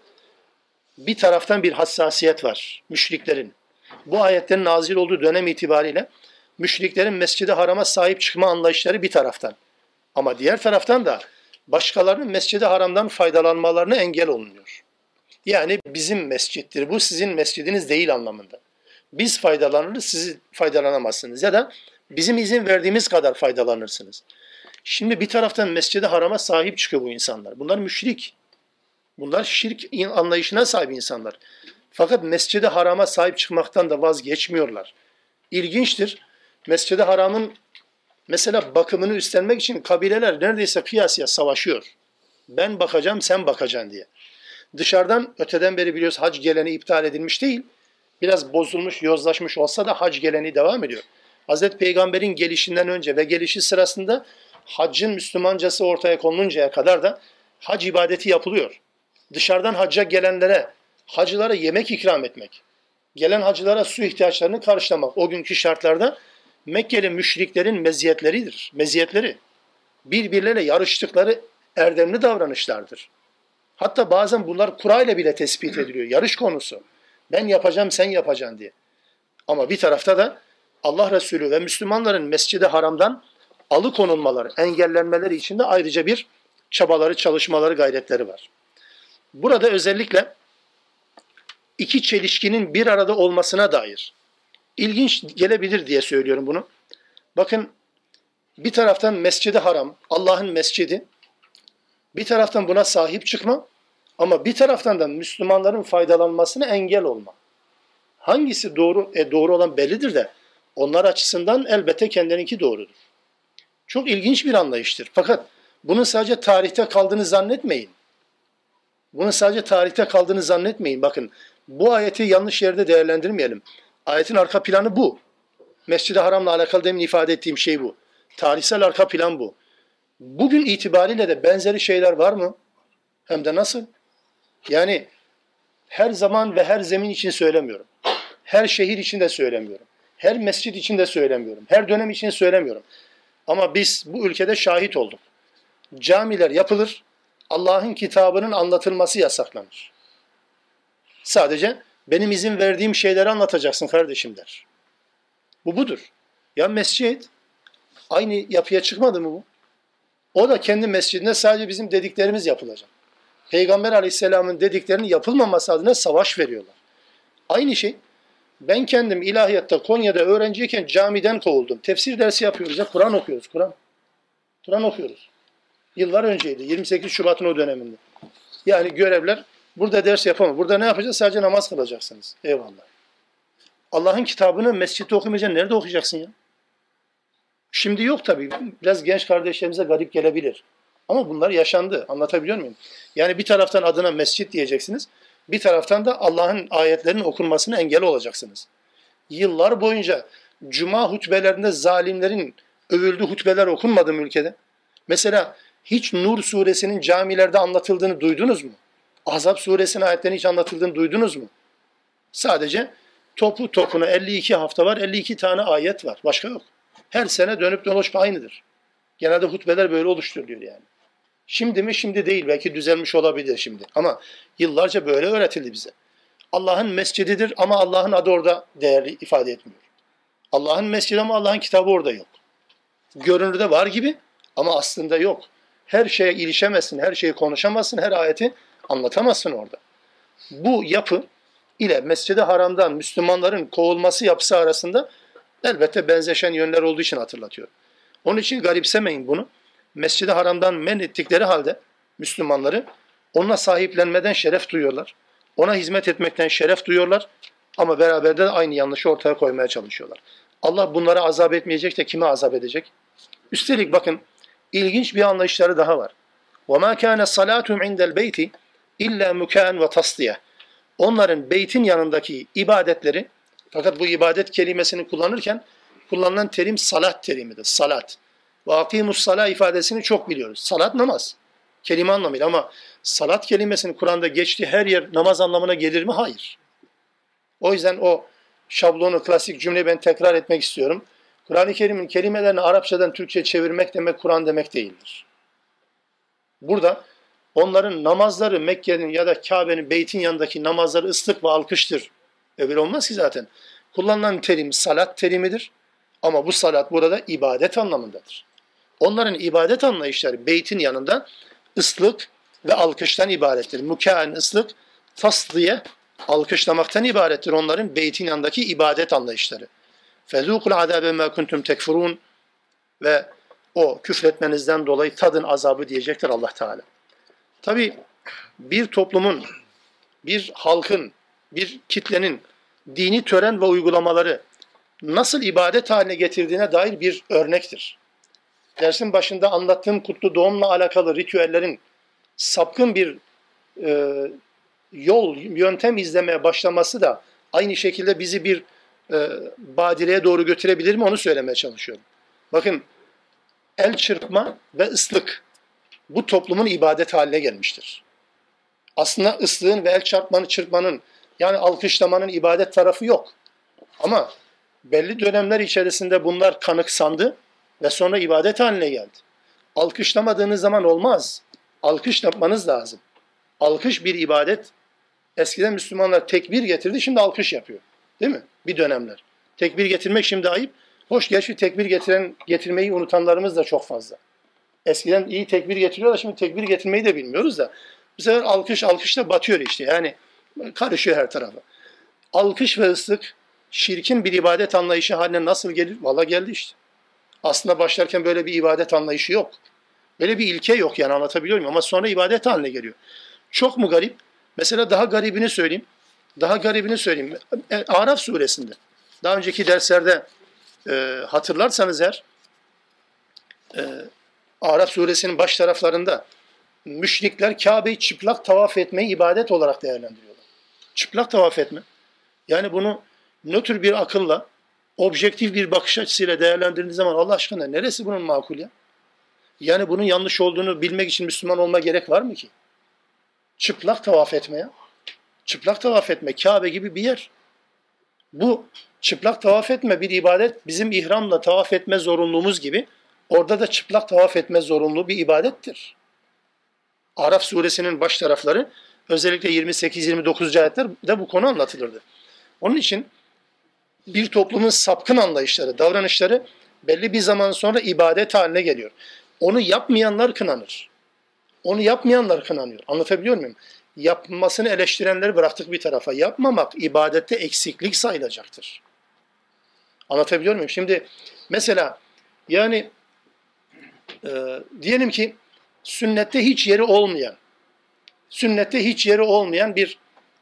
bir taraftan bir hassasiyet var müşriklerin. Bu ayetlerin nazil olduğu dönem itibariyle müşriklerin Mescid-i Haram'a sahip çıkma anlayışları bir taraftan. Ama diğer taraftan da başkalarının Mescid-i Haram'dan faydalanmalarına engel olunuyor. Yani bizim mescittir, bu sizin mescidiniz değil anlamında. Biz faydalanırız, siz faydalanamazsınız ya da bizim izin verdiğimiz kadar faydalanırsınız. Şimdi bir taraftan Mescid-i Haram'a sahip çıkıyor bu insanlar. Bunlar müşrik. Bunlar şirk anlayışına sahip insanlar. Fakat Mescid-i Haram'a sahip çıkmaktan da vazgeçmiyorlar. İlginçtir. Mescid-i Haram'ın mesela bakımını üstlenmek için kabileler neredeyse kıyasıya savaşıyor. Ben bakacağım, sen bakacaksın diye. Dışarıdan öteden beri biliyoruz hac geleni iptal edilmiş değil. Biraz bozulmuş, yozlaşmış olsa da hac geleni devam ediyor. Hazreti Peygamber'in gelişinden önce ve gelişi sırasında haccın Müslümancası ortaya konuluncaya kadar da hac ibadeti yapılıyor. Dışarıdan hacca gelenlere, hacılara yemek ikram etmek, gelen hacılara su ihtiyaçlarını karşılamak o günkü şartlarda Mekkeli müşriklerin meziyetleri. Birbirleriyle yarıştıkları erdemli davranışlardır. Hatta bazen bunlar kurayla bile tespit ediliyor. Yarış konusu. Ben yapacağım, sen yapacaksın diye. Ama bir tarafta da Allah Resulü ve Müslümanların Mescid-i Haram'dan alıkonulmaları, engellenmeleri için de ayrıca bir çabaları, çalışmaları, gayretleri var. Burada özellikle iki çelişkinin bir arada olmasına dair ilginç gelebilir diye söylüyorum bunu. Bakın bir taraftan Mescid-i Haram, Allah'ın mescidi, bir taraftan buna sahip çıkma ama bir taraftan da Müslümanların faydalanmasına engel olma. Hangisi doğru? Doğru olan bellidir de onlar açısından elbette kendilerinki doğrudur. Çok ilginç bir anlayıştır. Fakat bunun sadece tarihte kaldığını zannetmeyin. Bakın bu ayeti yanlış yerde değerlendirmeyelim. Ayetin arka planı bu. Mescid-i Haram'la alakalı demin ifade ettiğim şey bu. Tarihsel arka plan bu. Bugün itibariyle de benzeri şeyler var mı? Hem de nasıl? Yani Her zaman ve her zemin için söylemiyorum. Her şehir için de söylemiyorum. Her mescid için de söylemiyorum. Her dönem için söylemiyorum. Ama biz bu ülkede şahit olduk. Camiler yapılır, Allah'ın kitabının anlatılması yasaklanır. Sadece benim izin verdiğim şeyleri anlatacaksın kardeşim der. Bu budur. Ya mescid aynı yapıya çıkmadı mı bu? O da kendi mescidinde sadece bizim dediklerimiz yapılacak. Peygamber Aleyhisselam'ın dediklerinin yapılmaması adına savaş veriyorlar. Aynı şey. Ben kendim ilahiyatta Konya'da öğrenciyken camiden kovuldum. Tefsir dersi yapıyoruz ya, Kur'an okuyoruz, Kur'an. Kur'an okuyoruz. Yıllar önceydi, 28 Şubat'ın o döneminde. Yani görevler, burada ders yapamam. Burada ne yapacağız? Sadece namaz kılacaksınız. Eyvallah. Allah'ın kitabını mescitte okumayacaksın. Nerede okuyacaksın ya? Şimdi yok tabii. Biraz genç kardeşlerimize garip gelebilir. Ama bunlar yaşandı. Anlatabiliyor muyum? Yani bir taraftan adına mescit diyeceksiniz. Bir taraftan da Allah'ın ayetlerinin okunmasına engel olacaksınız. Yıllar boyunca cuma hutbelerinde zalimlerin övüldüğü hutbeler okunmadı mı ülkede? Mesela hiç Nur suresinin camilerde anlatıldığını duydunuz mu? Ahzab suresinin ayetlerinin hiç anlatıldığını duydunuz mu? Sadece topu topuna 52 hafta var, 52 tane ayet var. Başka yok. Her sene dönüp dolaşıp aynıdır. Genelde hutbeler böyle oluşturuluyor yani. Şimdi mi? Şimdi değil. Belki düzelmiş olabilir şimdi. Ama yıllarca böyle öğretildi bize. Allah'ın mescididir ama Allah'ın adı orada değerli ifade etmiyor. Allah'ın mescidi ama Allah'ın kitabı orada yok. Görünürde var gibi ama aslında yok. Her şeye ilişemezsin, her şeyi konuşamazsın, her ayeti anlatamazsın orada. Bu yapı ile Mescid-i Haram'dan Müslümanların kovulması yapısı arasında elbette benzeşen yönler olduğu için hatırlatıyorum. Onun için garipsemeyin bunu. Mescid-i Haram'dan men ettikleri halde Müslümanları ona sahiplenmeden şeref duyuyorlar. Ona hizmet etmekten şeref duyuyorlar. Ama beraber de aynı yanlışı ortaya koymaya çalışıyorlar. Allah bunlara azap etmeyecek de kime azap edecek? Üstelik bakın ilginç bir anlayışları daha var. وَمَا كَانَ صَلَاتُمْ عِنْدَ الْبَيْتِ اِلَّا مُكَانْ وَتَصْدِيَةً Onların beytin yanındaki ibadetleri, fakat bu ibadet kelimesini kullanırken kullanılan terim salat terimidir. Salat. وَاقِيمُ الصَّلَاةِ ifadesini çok biliyoruz. Salat namaz. Kelime anlamıyla ama salat kelimesini Kur'an'da geçtiği her yer namaz anlamına gelir mi? Hayır. O yüzden o şablonu, klasik cümleyi ben tekrar etmek istiyorum. Kur'an-ı Kerim'in kelimelerini Arapçadan Türkçe çevirmek demek Kur'an demek değildir. Burada onların namazları Mekke'nin ya da Kabe'nin, beytin yanındaki namazları ıslık ve alkıştır. Öyle olmaz ki zaten. Kullanılan terim salat terimidir. Ama bu salat burada ibadet anlamındadır. Onların ibadet anlayışları beytin yanında ıslık ve alkıştan ibarettir. Mükâen ıslık, tasdiye, alkışlamaktan ibarettir. Onların beytin yanındaki ibadet anlayışları. فَذُوقُ الْعَذَابَ مَا كُنْتُمْ تَكْفُرُونَ Ve o küfretmenizden dolayı tadın azabı diyecektir Allah Teala. Tabi bir toplumun, bir halkın, bir kitlenin dini tören ve uygulamaları nasıl ibadet haline getirdiğine dair bir örnektir. Dersin başında anlattığım kutlu doğumla alakalı ritüellerin sapkın bir yöntem izlemeye başlaması da aynı şekilde bizi bir badireye doğru götürebilir mi onu söylemeye çalışıyorum. Bakın el çırpma ve ıslık bu toplumun ibadet haline gelmiştir. Aslında ıslığın ve el çırpmanın yani alkışlamanın ibadet tarafı yok. Ama belli dönemler içerisinde bunlar kanıksandı ve sonra ibadet haline geldi. Alkışlamadığınız zaman olmaz. Alkış yapmanız lazım. Alkış bir ibadet. Eskiden Müslümanlar tekbir getirdi, şimdi alkış yapıyor. Değil mi? Bir dönemler. Tekbir getirmek şimdi ayıp. Hoş gerçi tekbir getirmeyi unutanlarımız da çok fazla. Eskiden iyi tekbir getiriyorlar, şimdi tekbir getirmeyi de bilmiyoruz da. Bu sefer alkışla batıyor işte. Yani karışıyor her tarafa. Alkış ve ıslık şirkin bir ibadet anlayışı haline nasıl gelir? Vallahi geldi işte. Aslında başlarken böyle bir ibadet anlayışı yok. Böyle bir ilke yok yani anlatabiliyor muyum? Ama sonra ibadet haline geliyor. Çok mu garip? Mesela daha garibini söyleyeyim. Araf suresinde. Daha önceki derslerde hatırlarsanız eğer Araf suresinin baş taraflarında müşrikler Kabe'yi çıplak tavaf etmeyi ibadet olarak değerlendiriyorlar. Çıplak tavaf etme. Yani bunu nötr bir akılla, objektif bir bakış açısıyla değerlendirdiğiniz zaman Allah aşkına neresi bunun makul ya? Yani bunun yanlış olduğunu bilmek için Müslüman olma gerek var mı ki? Çıplak tavaf etmeye. Çıplak tavaf etme, Kabe gibi bir yer. Bu çıplak tavaf etme bir ibadet, bizim ihramla tavaf etme zorunluluğumuz gibi orada da çıplak tavaf etme zorunluluğu bir ibadettir. Araf suresinin baş tarafları özellikle 28-29. ayetlerde bu konu anlatılırdı. Onun için bir toplumun sapkın anlayışları, davranışları belli bir zaman sonra ibadet haline geliyor. Onu yapmayanlar kınanır. Onu yapmayanlar kınanıyor. Anlatabiliyor muyum? Yapmasını eleştirenleri bıraktık bir tarafa. Yapmamak ibadette eksiklik sayılacaktır. Anlatabiliyor muyum? Şimdi mesela yani diyelim ki sünnette hiç yeri olmayan bir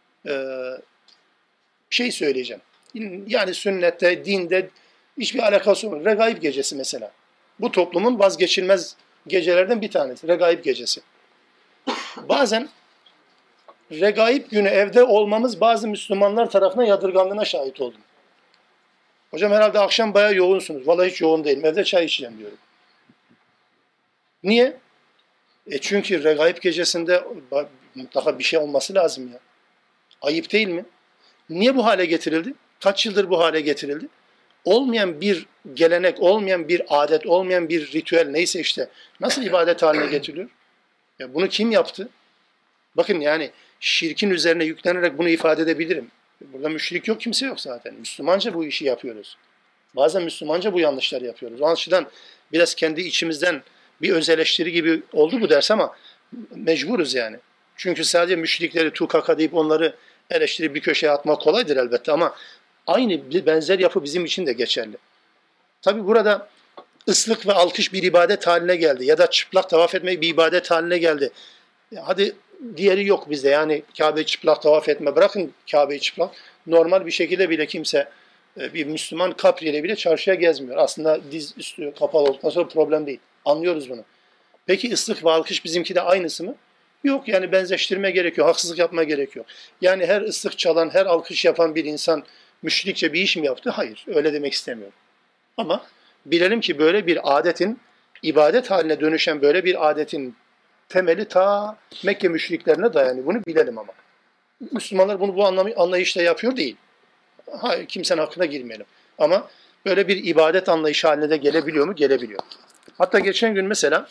şey söyleyeceğim. Yani sünnette, dinde hiçbir alakası olmuyor. Regaib gecesi mesela. Bu toplumun vazgeçilmez gecelerden bir tanesi. Regaib gecesi. Bazen Regaib günü evde olmamız bazı Müslümanlar tarafından yadırgandığına şahit oldum. Hocam herhalde akşam bayağı yoğunsunuz. Vallahi hiç yoğun değilim. Evde çay içeceğim diyorum. Niye? Çünkü Regaib gecesinde mutlaka bir şey olması lazım ya. Ayıp değil mi? Niye bu hale getirildi? Kaç yıldır bu hale getirildi? Olmayan bir gelenek, olmayan bir adet, olmayan bir ritüel neyse işte nasıl ibadet haline getiriliyor? Ya bunu kim yaptı? Bakın yani şirkin üzerine yüklenerek bunu ifade edebilirim. Burada müşrik yok, kimse yok zaten. Müslümanca bu işi yapıyoruz. Bazen Müslümanca bu yanlışları yapıyoruz. O açıdan biraz kendi içimizden bir öz eleştiri gibi oldu bu ders ama mecburuz yani. Çünkü sadece müşrikleri tukaka deyip onları eleştirip bir köşeye atmak kolaydır elbette ama aynı benzer yapı bizim için de geçerli. Tabi burada ıslık ve alkış bir ibadet haline geldi ya da çıplak tavaf etmek bir ibadet haline geldi. Hadi diğeri yok bizde yani Kabe'yi çıplak tavaf etme, bırakın Kabe'yi çıplak. Normal bir şekilde bile kimse bir Müslüman kapriyle bile çarşıya gezmiyor. Aslında diz üstü kapalı olduktan sonra problem değil. Anlıyoruz bunu. Peki ıslık ve alkış bizimki de aynısı mı? Yok yani benzeştirme gerekiyor, haksızlık yapma gerekiyor. Yani her ıslık çalan, her alkış yapan bir insan müşrikçe bir iş mi yaptı? Hayır, öyle demek istemiyorum. Ama bilelim ki böyle bir adetin, ibadet haline dönüşen böyle bir adetin temeli ta Mekke müşriklerine dayanıyor. Bunu bilelim ama. Müslümanlar bunu bu anlayışla yapıyor değil. Hayır, kimsenin hakkına girmeyelim. Ama böyle bir ibadet anlayışı haline de gelebiliyor mu? Gelebiliyor. Hatta geçen gün mesela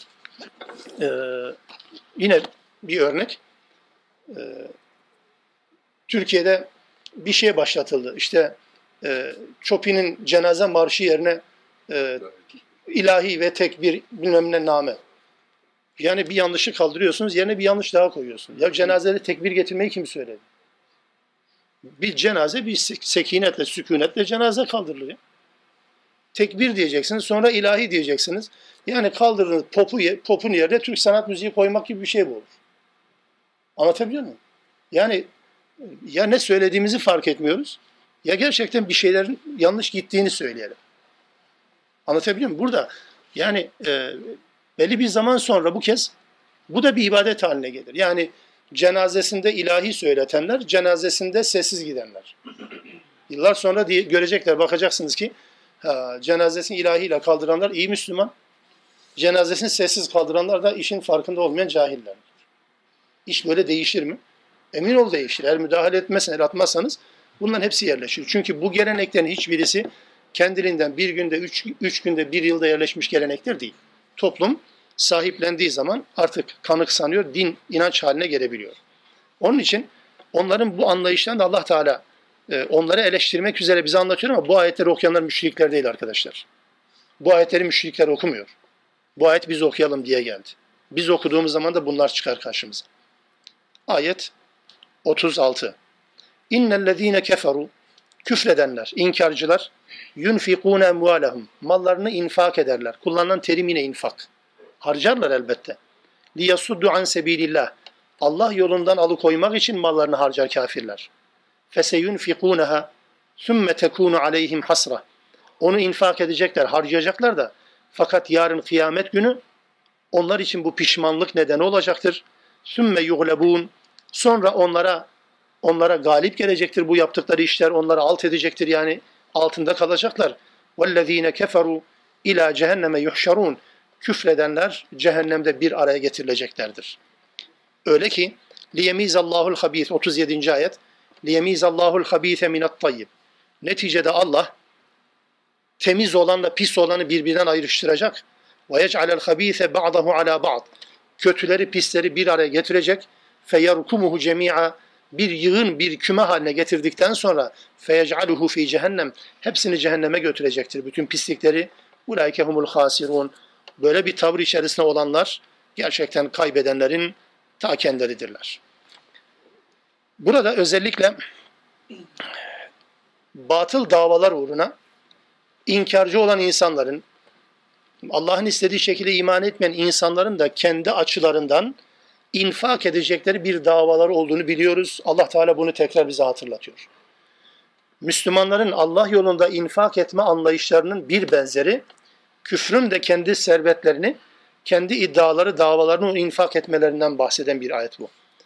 yine bir örnek. Türkiye'de bir şey başlatıldı. İşte Chopin'in cenaze marşı yerine ilahi ve tekbir bilmem ne name. Yani bir yanlışı kaldırıyorsunuz, yerine bir yanlış daha koyuyorsunuz. Ya cenazede tekbir getirmeyi kim söyledi? Bir cenaze bir sekinetle, sükunetle cenaze kaldırılıyor. Tekbir diyeceksiniz, sonra ilahi diyeceksiniz. Yani kaldırdığınız popun yerine Türk sanat müziği koymak gibi bir şey bu olur. Anlatabiliyor muyum? Yani ya ne söylediğimizi fark etmiyoruz, ya gerçekten bir şeylerin yanlış gittiğini söyleyelim. Anlatabiliyor muyum? Burada yani belli bir zaman sonra bu kez bu da bir ibadet haline gelir. Yani cenazesinde ilahi söyletenler, cenazesinde sessiz gidenler. Yıllar sonra görecekler, bakacaksınız ki cenazesini ilahiyle kaldıranlar iyi Müslüman, cenazesini sessiz kaldıranlar da işin farkında olmayan cahiller. İş böyle değişir mi? Emin ol değişir. Eğer müdahale etmezsen, el atmazsanız bunların hepsi yerleşir. Çünkü bu geleneklerin hiçbirisi kendiliğinden bir günde, üç günde, bir yılda yerleşmiş gelenekler değil. Toplum sahiplendiği zaman artık kanıksanıyor, din, inanç haline gelebiliyor. Onun için onların bu anlayışlarını da Allah Teala onları eleştirmek üzere bize anlatıyor ama bu ayetleri okuyanlar müşrikler değil arkadaşlar. Bu ayetleri müşrikler okumuyor. Bu ayet biz okuyalım diye geldi. Biz okuduğumuz zaman da bunlar çıkar karşımıza. Ayet 36. İnnellezîne keferu, küfredenler, inkarcılar, yunfikûne emvâlehum, mallarını infak ederler. Kullanılan terim yine infak. Harcarlar elbette. Liyasuddu an sebilillah. Allah yolundan alıkoymak için mallarını harcar kafirler. Feseyunfikûneha sümme tekûnu aleyhim hasra. Onu infak edecekler, harcayacaklar da fakat yarın kıyamet günü onlar için bu pişmanlık nedeni olacaktır. Sümme yuglebûn. Sonra onlara galip gelecektir bu yaptıkları işler, onları alt edecektir yani altında kalacaklar. وَالَّذ۪ينَ كَفَرُوا اِلٰى cehenneme yuhşarun. Küfredenler cehennemde bir araya getirileceklerdir. Öyle ki Liyemizallahul habîth 37. ayet. Liyemizallahul habîthe minat-tayyib. Neticede Allah temiz olanla pis olanı birbirinden ayrıştıracak. Ve yec'alel habîthe ba'dahu ala ba'd. Kötüleri pisleri bir araya getirecek. Feyerkumuhu cemi'a. Bir yığın, bir küme haline getirdikten sonra feyec'aluhu fi cehennem. Hepsini cehenneme götürecektir. Bütün pislikleri. Ulaike humul hasirun. Böyle bir tavır içerisinde olanlar gerçekten kaybedenlerin ta kendileridirler. Burada özellikle batıl davalar uğruna inkarcı olan insanların, Allah'ın istediği şekilde iman etmeyen insanların da kendi açılarından infak edecekleri bir davaları olduğunu biliyoruz. Allah Teala bunu tekrar bize hatırlatıyor. Müslümanların Allah yolunda infak etme anlayışlarının bir benzeri, küfrün de kendi servetlerini, kendi iddiaları, davalarını infak etmelerinden bahseden bir ayet bu.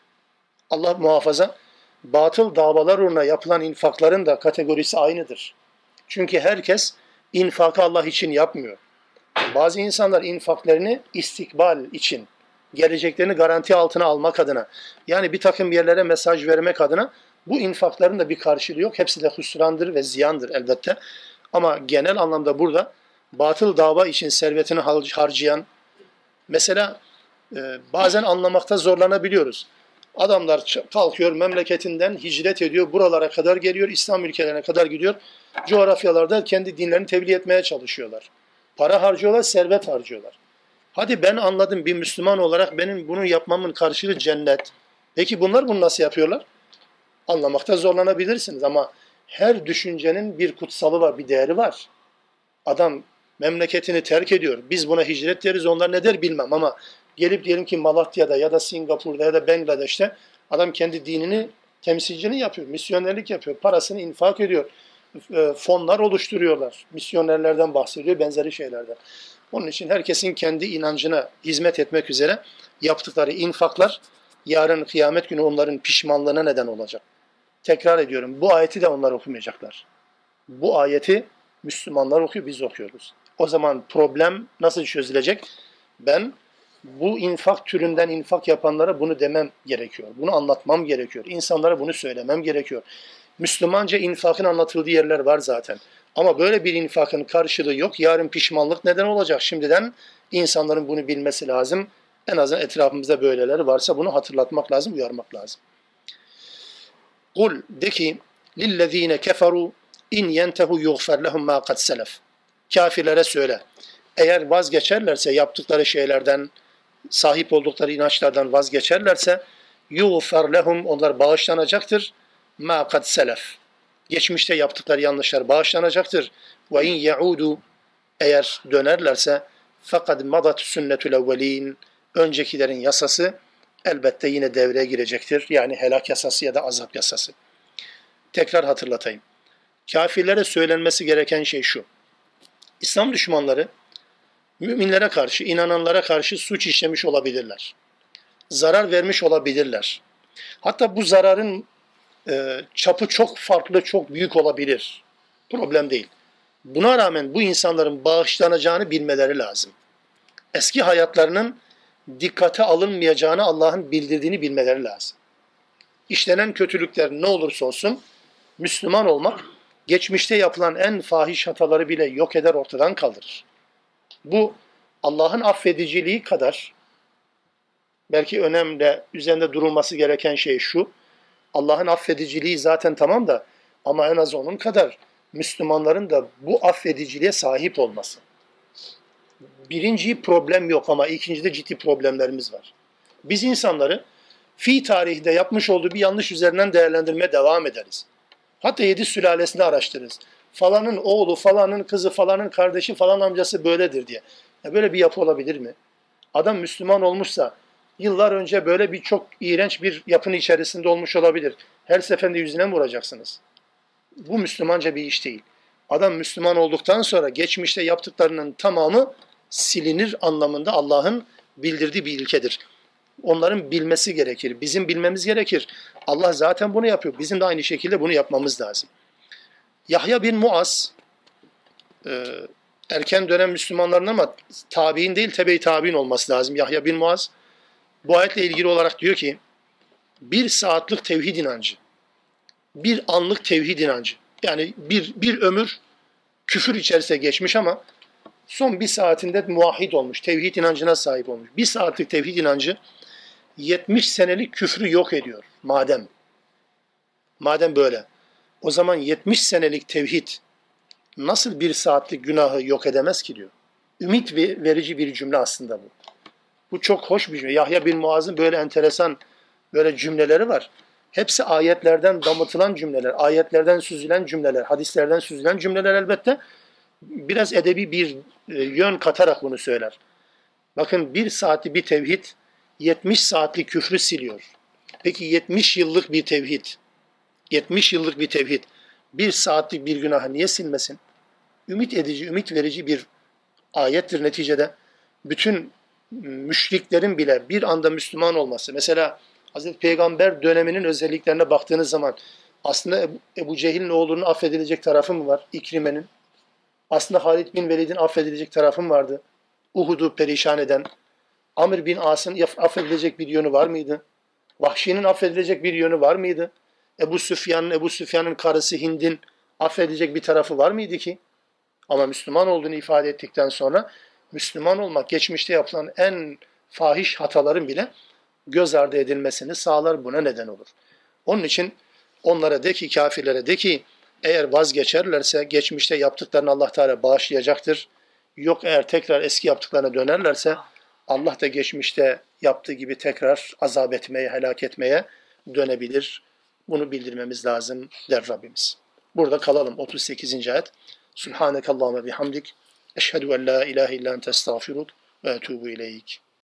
Allah muhafaza, batıl davalar uğruna yapılan infakların da kategorisi aynıdır. Çünkü herkes infakı Allah için yapmıyor. Bazı insanlar infaklarını istikbal için, geleceklerini garanti altına almak adına, yani bir takım yerlere mesaj vermek adına bu infakların da bir karşılığı yok. Hepsi de hüsrandır ve ziyandır elbette. Ama genel anlamda burada batıl dava için servetini harcayan, mesela bazen anlamakta zorlanabiliyoruz. Adamlar kalkıyor, memleketinden hicret ediyor, buralara kadar geliyor, İslam ülkelerine kadar gidiyor. Coğrafyalarda kendi dinlerini tebliğ etmeye çalışıyorlar. Para harcıyorlar, servet harcıyorlar. Hadi ben anladım, bir Müslüman olarak benim bunu yapmamın karşılığı cennet. Peki bunlar bunu nasıl yapıyorlar? Anlamakta zorlanabilirsiniz ama her düşüncenin bir kutsalı var, bir değeri var. Adam memleketini terk ediyor. Biz buna hicret deriz, onlar ne der bilmem ama gelip diyelim ki Malatya'da ya da Singapur'da ya da Bangladeş'te adam kendi dinini temsilciliğini yapıyor, misyonerlik yapıyor, parasını infak ediyor, fonlar oluşturuyorlar, misyonerlerden bahsediyor, benzeri şeylerden. Onun için herkesin kendi inancına hizmet etmek üzere yaptıkları infaklar yarın kıyamet günü onların pişmanlığına neden olacak. Tekrar ediyorum, bu ayeti de onlar okumayacaklar. Bu ayeti Müslümanlar okuyor, biz okuyoruz. O zaman problem nasıl çözülecek? Ben bu infak türünden infak yapanlara bunu demem gerekiyor. Bunu anlatmam gerekiyor. İnsanlara bunu söylemem gerekiyor. Müslümanca infakın anlatıldığı yerler var zaten. Ama böyle bir infakın karşılığı yok. Yarın pişmanlık neden olacak? Şimdiden insanların bunu bilmesi lazım. En azından etrafımızda böyleleri varsa bunu hatırlatmak lazım, uyarmak lazım. Kul de ki lillezine keferu in yentehu yughfar lehum ma kad selef. Kafirlere söyle. Eğer vazgeçerlerse yaptıkları şeylerden, sahip oldukları inançlardan vazgeçerlerse yughfar lehum, onlar bağışlanacaktır. Ma kad selef. Geçmişte yaptıkları yanlışlar bağışlanacaktır. Ve in yaudu, eğer dönerlerse fakat madat sünnetul evvelin, öncekilerin yasası elbette yine devreye girecektir. Yani helak yasası ya da azap yasası. Tekrar hatırlatayım. Kafirlere söylenmesi gereken şey şu. İslam düşmanları müminlere karşı, inananlara karşı suç işlemiş olabilirler. Zarar vermiş olabilirler. Hatta bu zararın çapı çok farklı, çok büyük olabilir. Problem değil. Buna rağmen bu insanların bağışlanacağını bilmeleri lazım. Eski hayatlarının dikkate alınmayacağını Allah'ın bildirdiğini bilmeleri lazım. İşlenen kötülükler ne olursa olsun Müslüman olmak, geçmişte yapılan en fahiş hataları bile yok eder, ortadan kaldırır. Bu Allah'ın affediciliği kadar, belki önemli, üzerinde durulması gereken şey şu, Allah'ın affediciliği zaten tamam da ama en az onun kadar Müslümanların da bu affediciliğe sahip olması. Birinci problem yok ama ikincide ciddi problemlerimiz var. Biz insanları fi tarihinde yapmış olduğu bir yanlış üzerinden değerlendirmeye devam ederiz. Hatta 7 sülalesinde araştırırız. Falanın oğlu, falanın kızı, falanın kardeşi, falan amcası böyledir diye. Ya böyle bir yapı olabilir mi? Adam Müslüman olmuşsa yıllar önce böyle bir çok iğrenç bir yapının içerisinde olmuş olabilir. Her seferinde yüzüne mi vuracaksınız? Bu Müslümanca bir iş değil. Adam Müslüman olduktan sonra geçmişte yaptıklarının tamamı silinir anlamında Allah'ın bildirdiği bir ilkedir. Onların bilmesi gerekir. Bizim bilmemiz gerekir. Allah zaten bunu yapıyor. Bizim de aynı şekilde bunu yapmamız lazım. Yahya bin Muaz, erken dönem Müslümanların ama tabiin değil, tebe-i tabiin olması lazım. Yahya bin Muaz bu ayetle ilgili olarak diyor ki, Bir saatlik tevhid inancı, bir anlık tevhid inancı. Yani bir ömür küfür içerisinde geçmiş ama son bir saatinde muvahhid olmuş, tevhid inancına sahip olmuş. Bir saatlik tevhid inancı 70 senelik küfrü yok ediyor madem. Madem böyle. O zaman 70 senelik tevhid nasıl bir saatlik günahı yok edemez ki diyor. Ümit verici bir cümle aslında bu. Bu çok hoş bir cümle. Yahya bin Muaz'ın böyle enteresan böyle cümleleri var. Hepsi ayetlerden damıtılan cümleler, ayetlerden süzülen cümleler, hadislerden süzülen cümleler elbette. Biraz edebi bir yön katarak bunu söyler. Bakın bir saati bir tevhid 70 saatlik küfrü siliyor. Peki 70 yıllık bir tevhid, 70 yıllık bir tevhid bir saatlik bir günahı niye silmesin? Ümit edici, ümit verici bir ayettir neticede. Bütün müşriklerin bile bir anda Müslüman olması. Mesela Hazreti Peygamber döneminin özelliklerine baktığınız zaman aslında Ebu Cehil'in oğlunun affedilecek tarafı mı var? İkrime'nin. Aslında Halid bin Velid'in affedilecek tarafı mı vardı? Uhud'u perişan eden. Amr bin As'ın affedilecek bir yönü var mıydı? Vahşi'nin affedilecek bir yönü var mıydı? Ebu Süfyan'ın karısı Hind'in affedilecek bir tarafı var mıydı ki? Ama Müslüman olduğunu ifade ettikten sonra Müslüman olmak geçmişte yapılan en fahiş hataların bile göz ardı edilmesini sağlar, buna neden olur. Onun için onlara de ki, kafirlere de ki, eğer vazgeçerlerse geçmişte yaptıklarını Allah Teala bağışlayacaktır. Yok eğer tekrar eski yaptıklarına dönerlerse Allah da geçmişte yaptığı gibi tekrar azap etmeye, helak etmeye dönebilir. Bunu bildirmemiz lazım der Rabbimiz. Burada kalalım. 38. ayet. Subhanekallahumma bihamdik. Eşhedü en la ilahe illa ente estağfiruk ve etûbü ileyk.